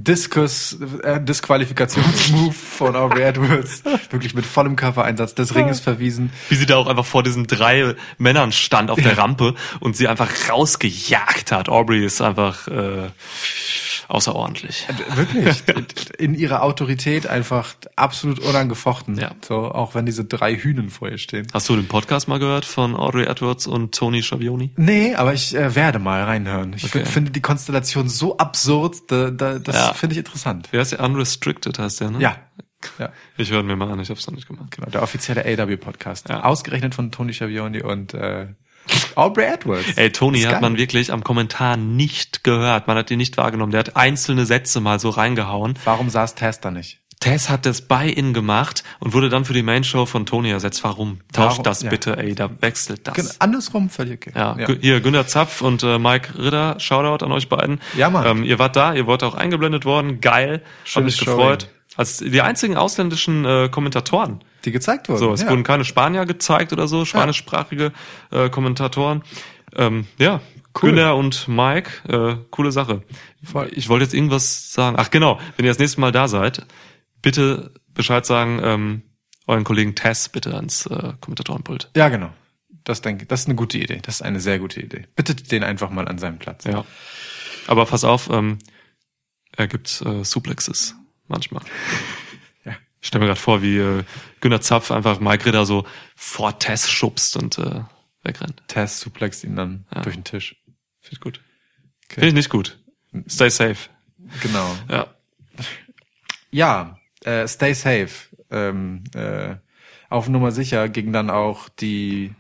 Disqualifikationsmove von Aubrey Edwards wirklich mit vollem Körpereinsatz des Ringes verwiesen. Wie sie da auch einfach vor diesen 3 Männern stand auf der Rampe und sie einfach rausgejagt hat. Aubrey ist einfach außerordentlich. Wirklich, in ihrer Autorität einfach absolut unangefochten. Ja. So, auch wenn diese 3 Hühnen vor ihr stehen. Hast du den Podcast mal gehört von Aubrey Edwards und Tony Schiavone? Nee, aber ich werde mal reinhören. Ich Okay. finde die Konstellation so absurd, das Ja. finde ich interessant. Wer ist der? Unrestricted heißt der, ne? Ja. Ich höre mir mal an, ich hab's noch nicht gemacht. Genau, der offizielle AW-Podcast. Ja. Ausgerechnet von Tony Schiavone und Aubrey Edwards. Ey, Tony Ist hat geil. man wirklich am Kommentar nicht gehört. Man hat ihn nicht wahrgenommen. Der hat einzelne Sätze mal so reingehauen. Warum saß Taz da nicht? Tess hat das Buy-In gemacht und wurde dann für die Main-Show von Tony ersetzt. Warum? Tauscht Warum? das Ja. bitte, ey, da wexelt das. Andersrum völlig okay. Ja, hier Günter Zapf und Mike Ritter, Shoutout an euch beiden. Ja, Mann. Ihr wart da, ihr wart auch eingeblendet worden, geil, hat Schönes mich Showing. gefreut. Als die einzigen ausländischen Kommentatoren. Die gezeigt wurden. So, es ja. wurden keine Spanier gezeigt oder so, spanischsprachige Kommentatoren. Cool. Günter und Mike, coole Sache. Voll. Ich wollte jetzt irgendwas sagen. Ach genau, wenn ihr das nächste Mal da seid, bitte Bescheid sagen, euren Kollegen Tess bitte ans Kommentatorenpult. Ja, genau. Das ist eine gute Idee. Das ist eine sehr gute Idee. Bittet den einfach mal an seinem Platz. Ja. Aber pass auf, er gibt Suplexes manchmal. Ja. Ich stelle mir gerade vor, wie Günter Zapf einfach Mike Ritter so vor Tess schubst und wegrennt. Taz suplext ihn dann durch den Tisch. Finde ich gut. Finde ich nicht gut. Stay safe. Genau. Ja. Ja, stay safe. Auf Nummer sicher ging dann auch die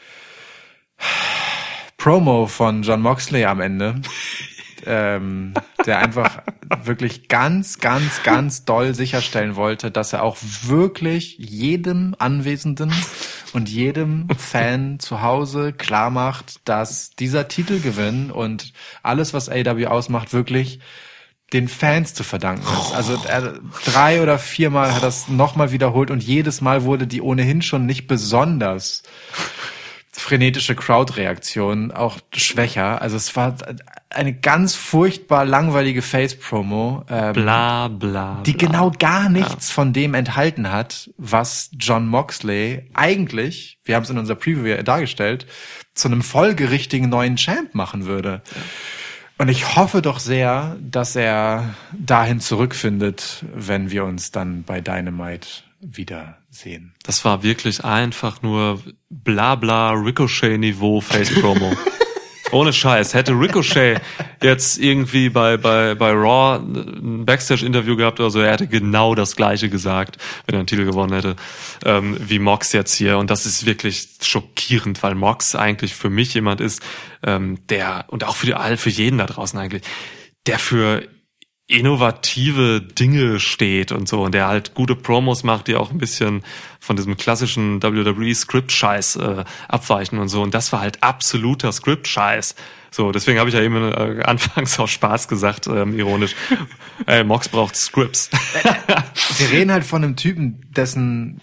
Promo von Jon Moxley am Ende, der einfach wirklich ganz, ganz, ganz doll sicherstellen wollte, dass er auch wirklich jedem Anwesenden und jedem Fan zu Hause klar macht, dass dieser Titelgewinn und alles, was AEW ausmacht, wirklich den Fans zu verdanken ist. Also er 3 oder 4 Mal hat das nochmal wiederholt und jedes Mal wurde die ohnehin schon nicht besonders frenetische Crowd-Reaktion auch schwächer. Also es war eine ganz furchtbar langweilige Face-Promo, Bla bla. die bla. genau gar nichts von dem enthalten hat, was Jon Moxley eigentlich, wir haben es in unserer Preview ja dargestellt, zu einem folgerichtigen neuen Champ machen würde. Und ich hoffe doch sehr, dass er dahin zurückfindet, wenn wir uns dann bei Dynamite wiedersehen. Das war wirklich einfach nur Blabla Ricochet-Niveau Face-Promo. Ohne Scheiß. Hätte Ricochet jetzt irgendwie bei Raw ein Backstage-Interview gehabt oder so, er hätte genau das Gleiche gesagt, wenn er einen Titel gewonnen hätte, wie Mox jetzt hier. Und das ist wirklich schockierend, weil Mox eigentlich für mich jemand ist, der, und auch für jeden da draußen eigentlich, der für innovative Dinge steht und so und der halt gute Promos macht, die auch ein bisschen von diesem klassischen WWE-Script-Scheiß abweichen und so. Und das war halt absoluter Script-Scheiß. So, deswegen habe ich ja eben anfangs aus Spaß gesagt, ironisch, Mox braucht Scripts. Wir reden halt von einem Typen, dessen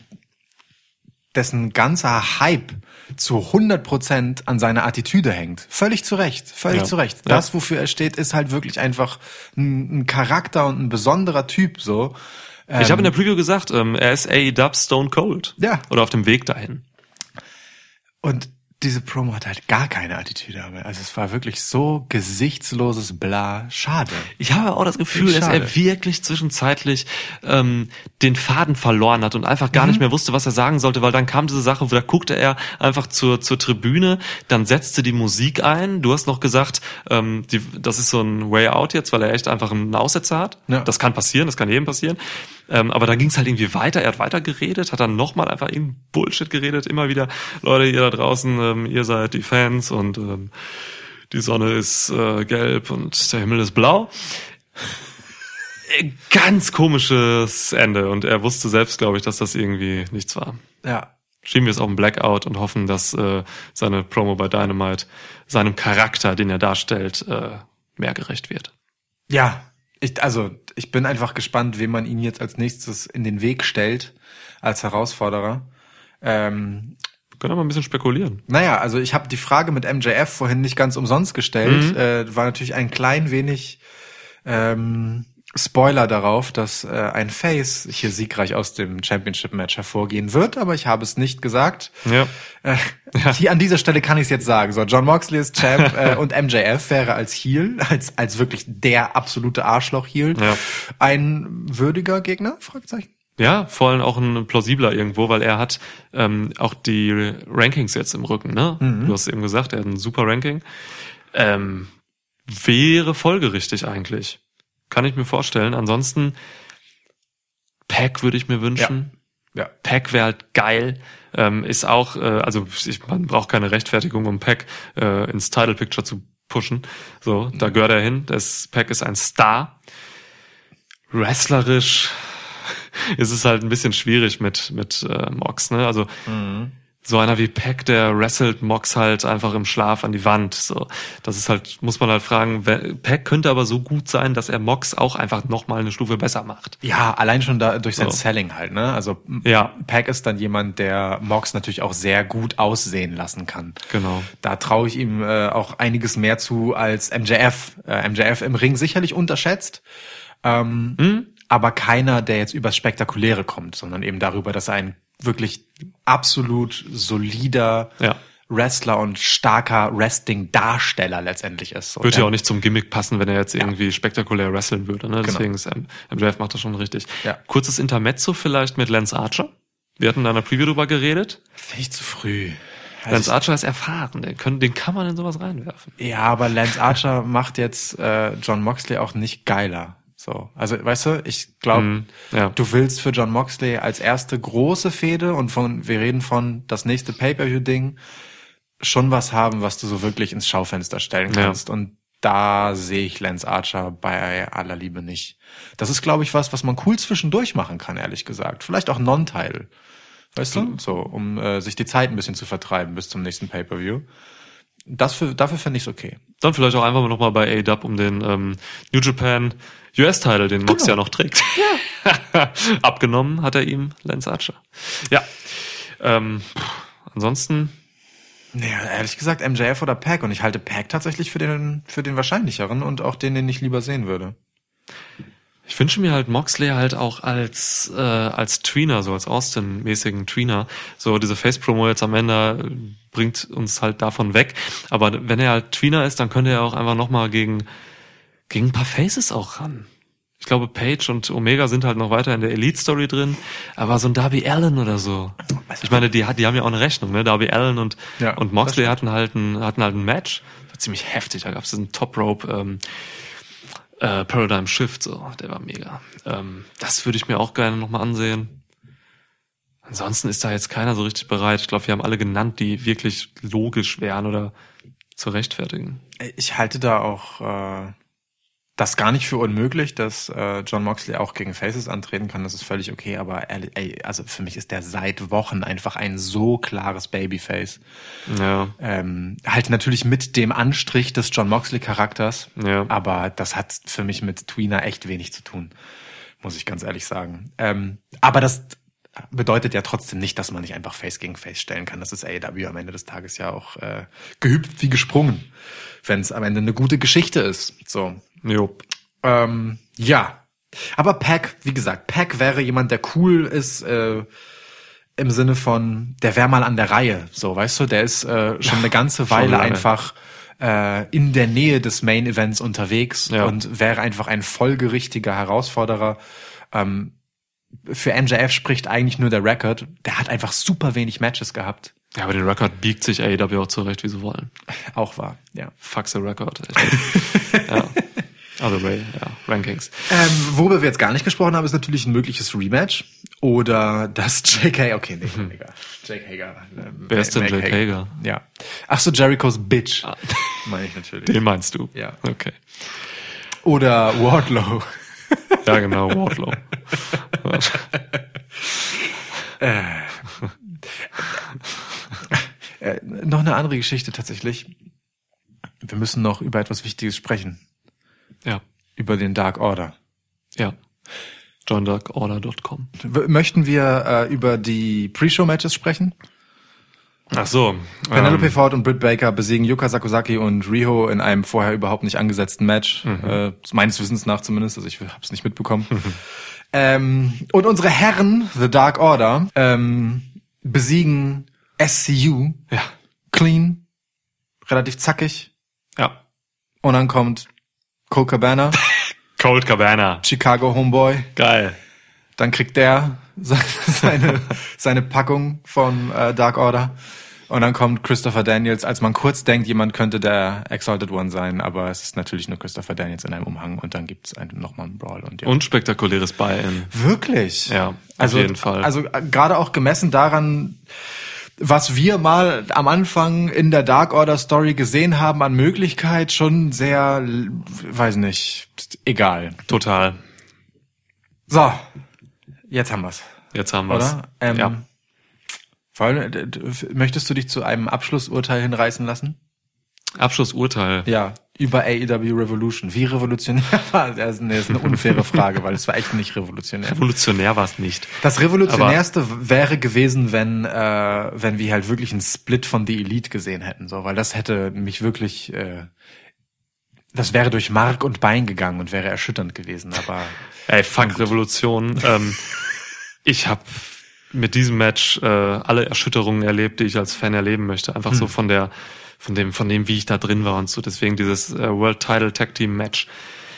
ganzer Hype zu 100% an seiner Attitüde hängt. Völlig zu Recht, völlig zu Recht. Das, wofür er steht, ist halt wirklich einfach ein Charakter und ein besonderer Typ, so. Ich habe in der Preview gesagt, er ist AEW Stone Cold. Ja. Oder auf dem Weg dahin. Und diese Promo hat halt gar keine Attitüde mehr. Also es war wirklich so gesichtsloses Bla. Schade. Ich habe auch das Gefühl, dass er wirklich zwischenzeitlich den Faden verloren hat und einfach gar nicht mehr wusste, was er sagen sollte, weil dann kam diese Sache, da guckte er einfach zur Tribüne, dann setzte die Musik ein. Du hast noch gesagt, das ist so ein Way Out jetzt, weil er echt einfach einen Aussetzer hat. Ja. Das kann passieren, das kann jedem passieren. Aber dann ging es halt irgendwie weiter, er hat weiter geredet, hat dann nochmal einfach irgendein Bullshit geredet, immer wieder, Leute, ihr da draußen, ihr seid die Fans und die Sonne ist gelb und der Himmel ist blau. Ganz komisches Ende und er wusste selbst, glaube ich, dass das irgendwie nichts war. Ja. Schieben wir es auf einen Blackout und hoffen, dass seine Promo bei Dynamite seinem Charakter, den er darstellt, mehr gerecht wird. Ja. Ich bin einfach gespannt, wem man ihn jetzt als nächstes in den Weg stellt als Herausforderer. Wir können aber ein bisschen spekulieren. Naja, also ich habe die Frage mit MJF vorhin nicht ganz umsonst gestellt. War natürlich ein klein wenig Spoiler darauf, dass ein Face hier siegreich aus dem Championship-Match hervorgehen wird, aber ich habe es nicht gesagt. Ja. Hier an dieser Stelle kann ich es jetzt sagen. So, Jon Moxley ist Champ und MJF wäre als Heel, als wirklich der absolute Arschloch-Heel, ein würdiger Gegner? Fragezeichen. Ja, vor allem auch ein plausibler irgendwo, weil er hat auch die Rankings jetzt im Rücken, ne? Du hast eben gesagt, er hat ein super Ranking. Wäre folgerichtig eigentlich. Kann ich mir vorstellen. Ansonsten Pac würde ich mir wünschen. Ja. Pac wäre halt geil. Ist auch, man braucht keine Rechtfertigung, um Pac ins Title Picture zu pushen. So, da gehört er hin. Pac ist ein Star. Wrestlerisch ist es halt ein bisschen schwierig mit Mox, ne? Also so einer wie Pac, der wrestelt Mox halt einfach im Schlaf an die Wand. So, das ist halt, muss man halt fragen, Pac könnte aber so gut sein, dass er Mox auch einfach nochmal eine Stufe besser macht. Ja, allein schon da durch sein Selling halt, ne? Also Pac ist dann jemand, der Mox natürlich auch sehr gut aussehen lassen kann. Genau. Da traue ich ihm auch einiges mehr zu als MJF. MJF im Ring sicherlich unterschätzt. Aber keiner, der jetzt übers Spektakuläre kommt, sondern eben darüber, dass er ein wirklich absolut solider Wrestler und starker Wrestling-Darsteller letztendlich ist. Würde ja auch nicht zum Gimmick passen, wenn er jetzt irgendwie spektakulär wresteln würde. Ne? Deswegen ist MJF macht das schon richtig. Ja. Kurzes Intermezzo vielleicht mit Lance Archer. Wir hatten da in einer Preview drüber geredet. Finde ich zu früh. Lance Archer ist erfahren, den kann man in sowas reinwerfen. Ja, aber Lance Archer macht jetzt Jon Moxley auch nicht geiler. So, also weißt du, ich glaube, du willst für Jon Moxley als erste große Fehde und wir reden von das nächste Pay-Per-View-Ding schon was haben, was du so wirklich ins Schaufenster stellen kannst. Und da sehe ich Lance Archer bei aller Liebe nicht. Das ist, glaube ich, was man cool zwischendurch machen kann, ehrlich gesagt. Vielleicht auch Non-Title. Weißt du? So, um sich die Zeit ein bisschen zu vertreiben bis zum nächsten Pay-Per-View. Dafür finde ich es okay. Dann vielleicht auch einfach noch mal bei AEW um den New Japan US-Title, den Mox ja noch trägt. Ja. Abgenommen hat er ihm Lance Archer. Ja. Ansonsten. Naja, ehrlich gesagt, MJF oder Pac. Und ich halte Pac tatsächlich für den wahrscheinlicheren und auch den ich lieber sehen würde. Ich wünsche mir halt Moxley halt auch als Tweener, so als Austin-mäßigen Tweener. So diese Face-Promo jetzt am Ende bringt uns halt davon weg. Aber wenn er halt Tweener ist, dann könnte er auch einfach nochmal gegen ein paar Faces auch ran. Ich glaube, Page und Omega sind halt noch weiter in der Elite-Story drin. Aber so ein Darby Allin oder so. Ich meine, die haben ja auch eine Rechnung, ne? Darby Allin und Moxley hatten halt ein Match. Das war ziemlich heftig. Da gab es einen Top-Rope, Paradigm Shift, so, der war mega. Das würde ich mir auch gerne nochmal ansehen. Ansonsten ist da jetzt keiner so richtig bereit. Ich glaube, wir haben alle genannt, die wirklich logisch wären oder zu rechtfertigen. Ich halte da auch das gar nicht für unmöglich, dass Jon Moxley auch gegen Faces antreten kann. Das ist völlig okay, aber also für mich ist der seit Wochen einfach ein so klares Babyface. Ja. Halt natürlich mit dem Anstrich des Jon Moxley-Charakters, aber das hat für mich mit Tweener echt wenig zu tun, muss ich ganz ehrlich sagen. Aber das bedeutet ja trotzdem nicht, dass man nicht einfach Face gegen Face stellen kann. Das ist AEW am Ende des Tages ja auch gehüpft wie gesprungen, wenn es am Ende eine gute Geschichte ist. So. Jo. Ja. Aber Pac, wie gesagt, Pac wäre jemand, der cool ist, im Sinne von, der wäre mal an der Reihe, so, weißt du, der ist schon eine ganze Weile lange. einfach in der Nähe des Main Events unterwegs und wäre einfach ein folgerichtiger Herausforderer. Für MJF spricht eigentlich nur der Rekord. Der hat einfach super wenig Matches gehabt. Ja, aber den Rekord biegt sich AEW auch zurecht, wie sie wollen. Auch wahr, ja. Fuck the Record. Ja. Also Rankings. Worüber wir jetzt gar nicht gesprochen haben, ist natürlich ein mögliches Rematch. Oder das Jake Hager. Wer ist denn Jake Hager? Ja. Ach so, Jerichos Bitch. Meine ich natürlich. Den meinst du? Ja. Okay. Oder Wardlow. Ja, genau, Wardlow. Noch eine andere Geschichte tatsächlich. Wir müssen noch über etwas Wichtiges sprechen. Ja. Über den Dark Order. Ja. JohnDarkOrder.com. Möchten wir über die Pre-Show-Matches sprechen? Ach so. Penelope Ford und Britt Baker besiegen Yuka Sakazaki und Riho in einem vorher überhaupt nicht angesetzten Match. Meines Wissens nach zumindest, also ich habe es nicht mitbekommen. Und unsere Herren, The Dark Order, besiegen SCU. Ja. Clean. Relativ zackig. Ja. Und dann kommt Colt Cabana. Colt Cabana. Chicago Homeboy. Geil. Dann kriegt der seine Packung vom Dark Order. Und dann kommt Christopher Daniels, als man kurz denkt, jemand könnte der Exalted One sein, aber es ist natürlich nur Christopher Daniels in einem Umhang und dann gibt's nochmal einen Brawl. Und ja. Unspektakuläres Buy-in. Wirklich? Ja, auf jeden Fall. Also gerade auch gemessen daran, was wir mal am Anfang in der Dark Order Story gesehen haben an Möglichkeit, schon sehr, weiß nicht, egal. Total. So, jetzt haben wir's. Jetzt haben wir's. Oder? Ja. Vor allem, möchtest du dich zu einem Abschlussurteil hinreißen lassen? Abschlussurteil. Ja, über AEW Revolution. Wie revolutionär war das? Nee, das ist eine unfaire Frage, weil es war echt nicht revolutionär. Revolutionär war es nicht. Das Revolutionärste wäre gewesen, wenn wir halt wirklich einen Split von The Elite gesehen hätten, so, weil das hätte mich wirklich, das wäre durch Mark und Bein gegangen und wäre erschütternd gewesen, aber. Ey, fuck Revolution. Ich habe mit diesem Match alle Erschütterungen erlebt, die ich als Fan erleben möchte. Einfach so von dem, wie ich da drin war und so. Deswegen dieses World Title Tag Team Match.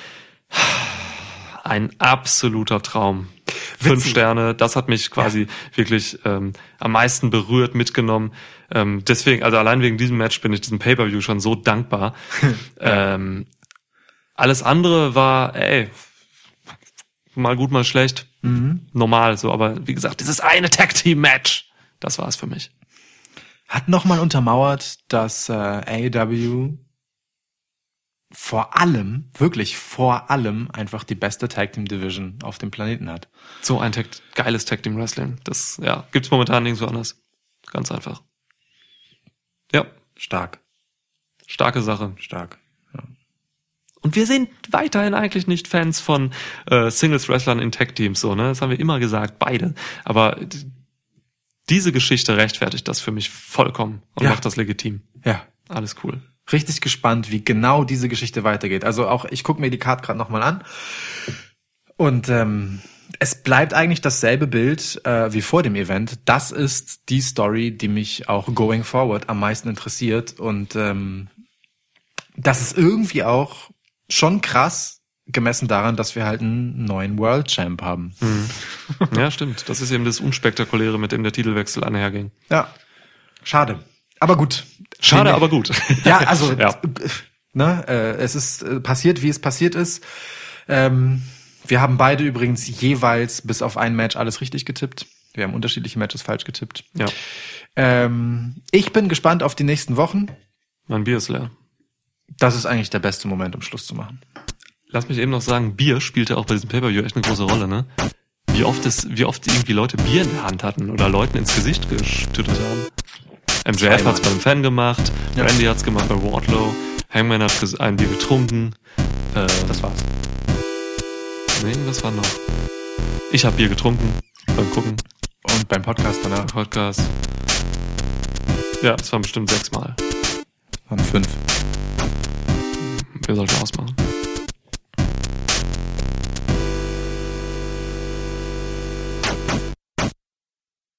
Ein absoluter Traum. 5 Sterne, das hat mich quasi wirklich am meisten berührt, mitgenommen. Deswegen, also allein wegen diesem Match bin ich diesem Pay-Per-View schon so dankbar. Alles andere war, mal gut, mal schlecht. Normal so, aber wie gesagt, dieses eine Tag-Team-Match, das war es für mich. Hat nochmal untermauert, dass AEW vor allem einfach die beste Tag-Team-Division auf dem Planeten hat. So ein geiles Tag-Team-Wrestling, das gibt's momentan nirgendwo anders. Ganz einfach. Ja. Stark. Starke Sache. Stark. Und wir sind weiterhin eigentlich nicht Fans von Singles-Wrestlern in Tag-Teams, so, ne? Das haben wir immer gesagt, beide. Aber diese Geschichte rechtfertigt das für mich vollkommen und macht das legitim. Ja. Alles cool. Richtig gespannt, wie genau diese Geschichte weitergeht. Also auch, ich gucke mir die Card gerade nochmal an. Und es bleibt eigentlich dasselbe Bild wie vor dem Event. Das ist die Story, die mich auch going forward am meisten interessiert. Und das ist irgendwie auch schon krass, gemessen daran, dass wir halt einen neuen World Champ haben. Ja, stimmt. Das ist eben das Unspektakuläre, mit dem der Titelwechsel einherging. Ja, schade. Aber gut. Schade, aber gut. Ja, also ja. Es ist passiert, wie es passiert ist. Wir haben beide übrigens jeweils bis auf ein Match alles richtig getippt. Wir haben unterschiedliche Matches falsch getippt. Ja. Ich bin gespannt auf die nächsten Wochen. Mein Bier ist leer. Das ist eigentlich der beste Moment, um Schluss zu machen. Lass mich eben noch sagen, Bier spielte auch bei diesem Pay-Per-View echt eine große Rolle, ne? Wie oft irgendwie Leute Bier in der Hand hatten oder Leuten ins Gesicht geschüttet haben. MJF hat's beim Fan gemacht, Randy hat's gemacht bei Wardlow, Hangman hat ein Bier getrunken. Das war's. Nee, was war noch? Ich habe Bier getrunken beim Gucken. Und beim Podcast danach. Podcast. Ja, das waren bestimmt 6 Mal. Waren 5. Wir sollten ausmachen.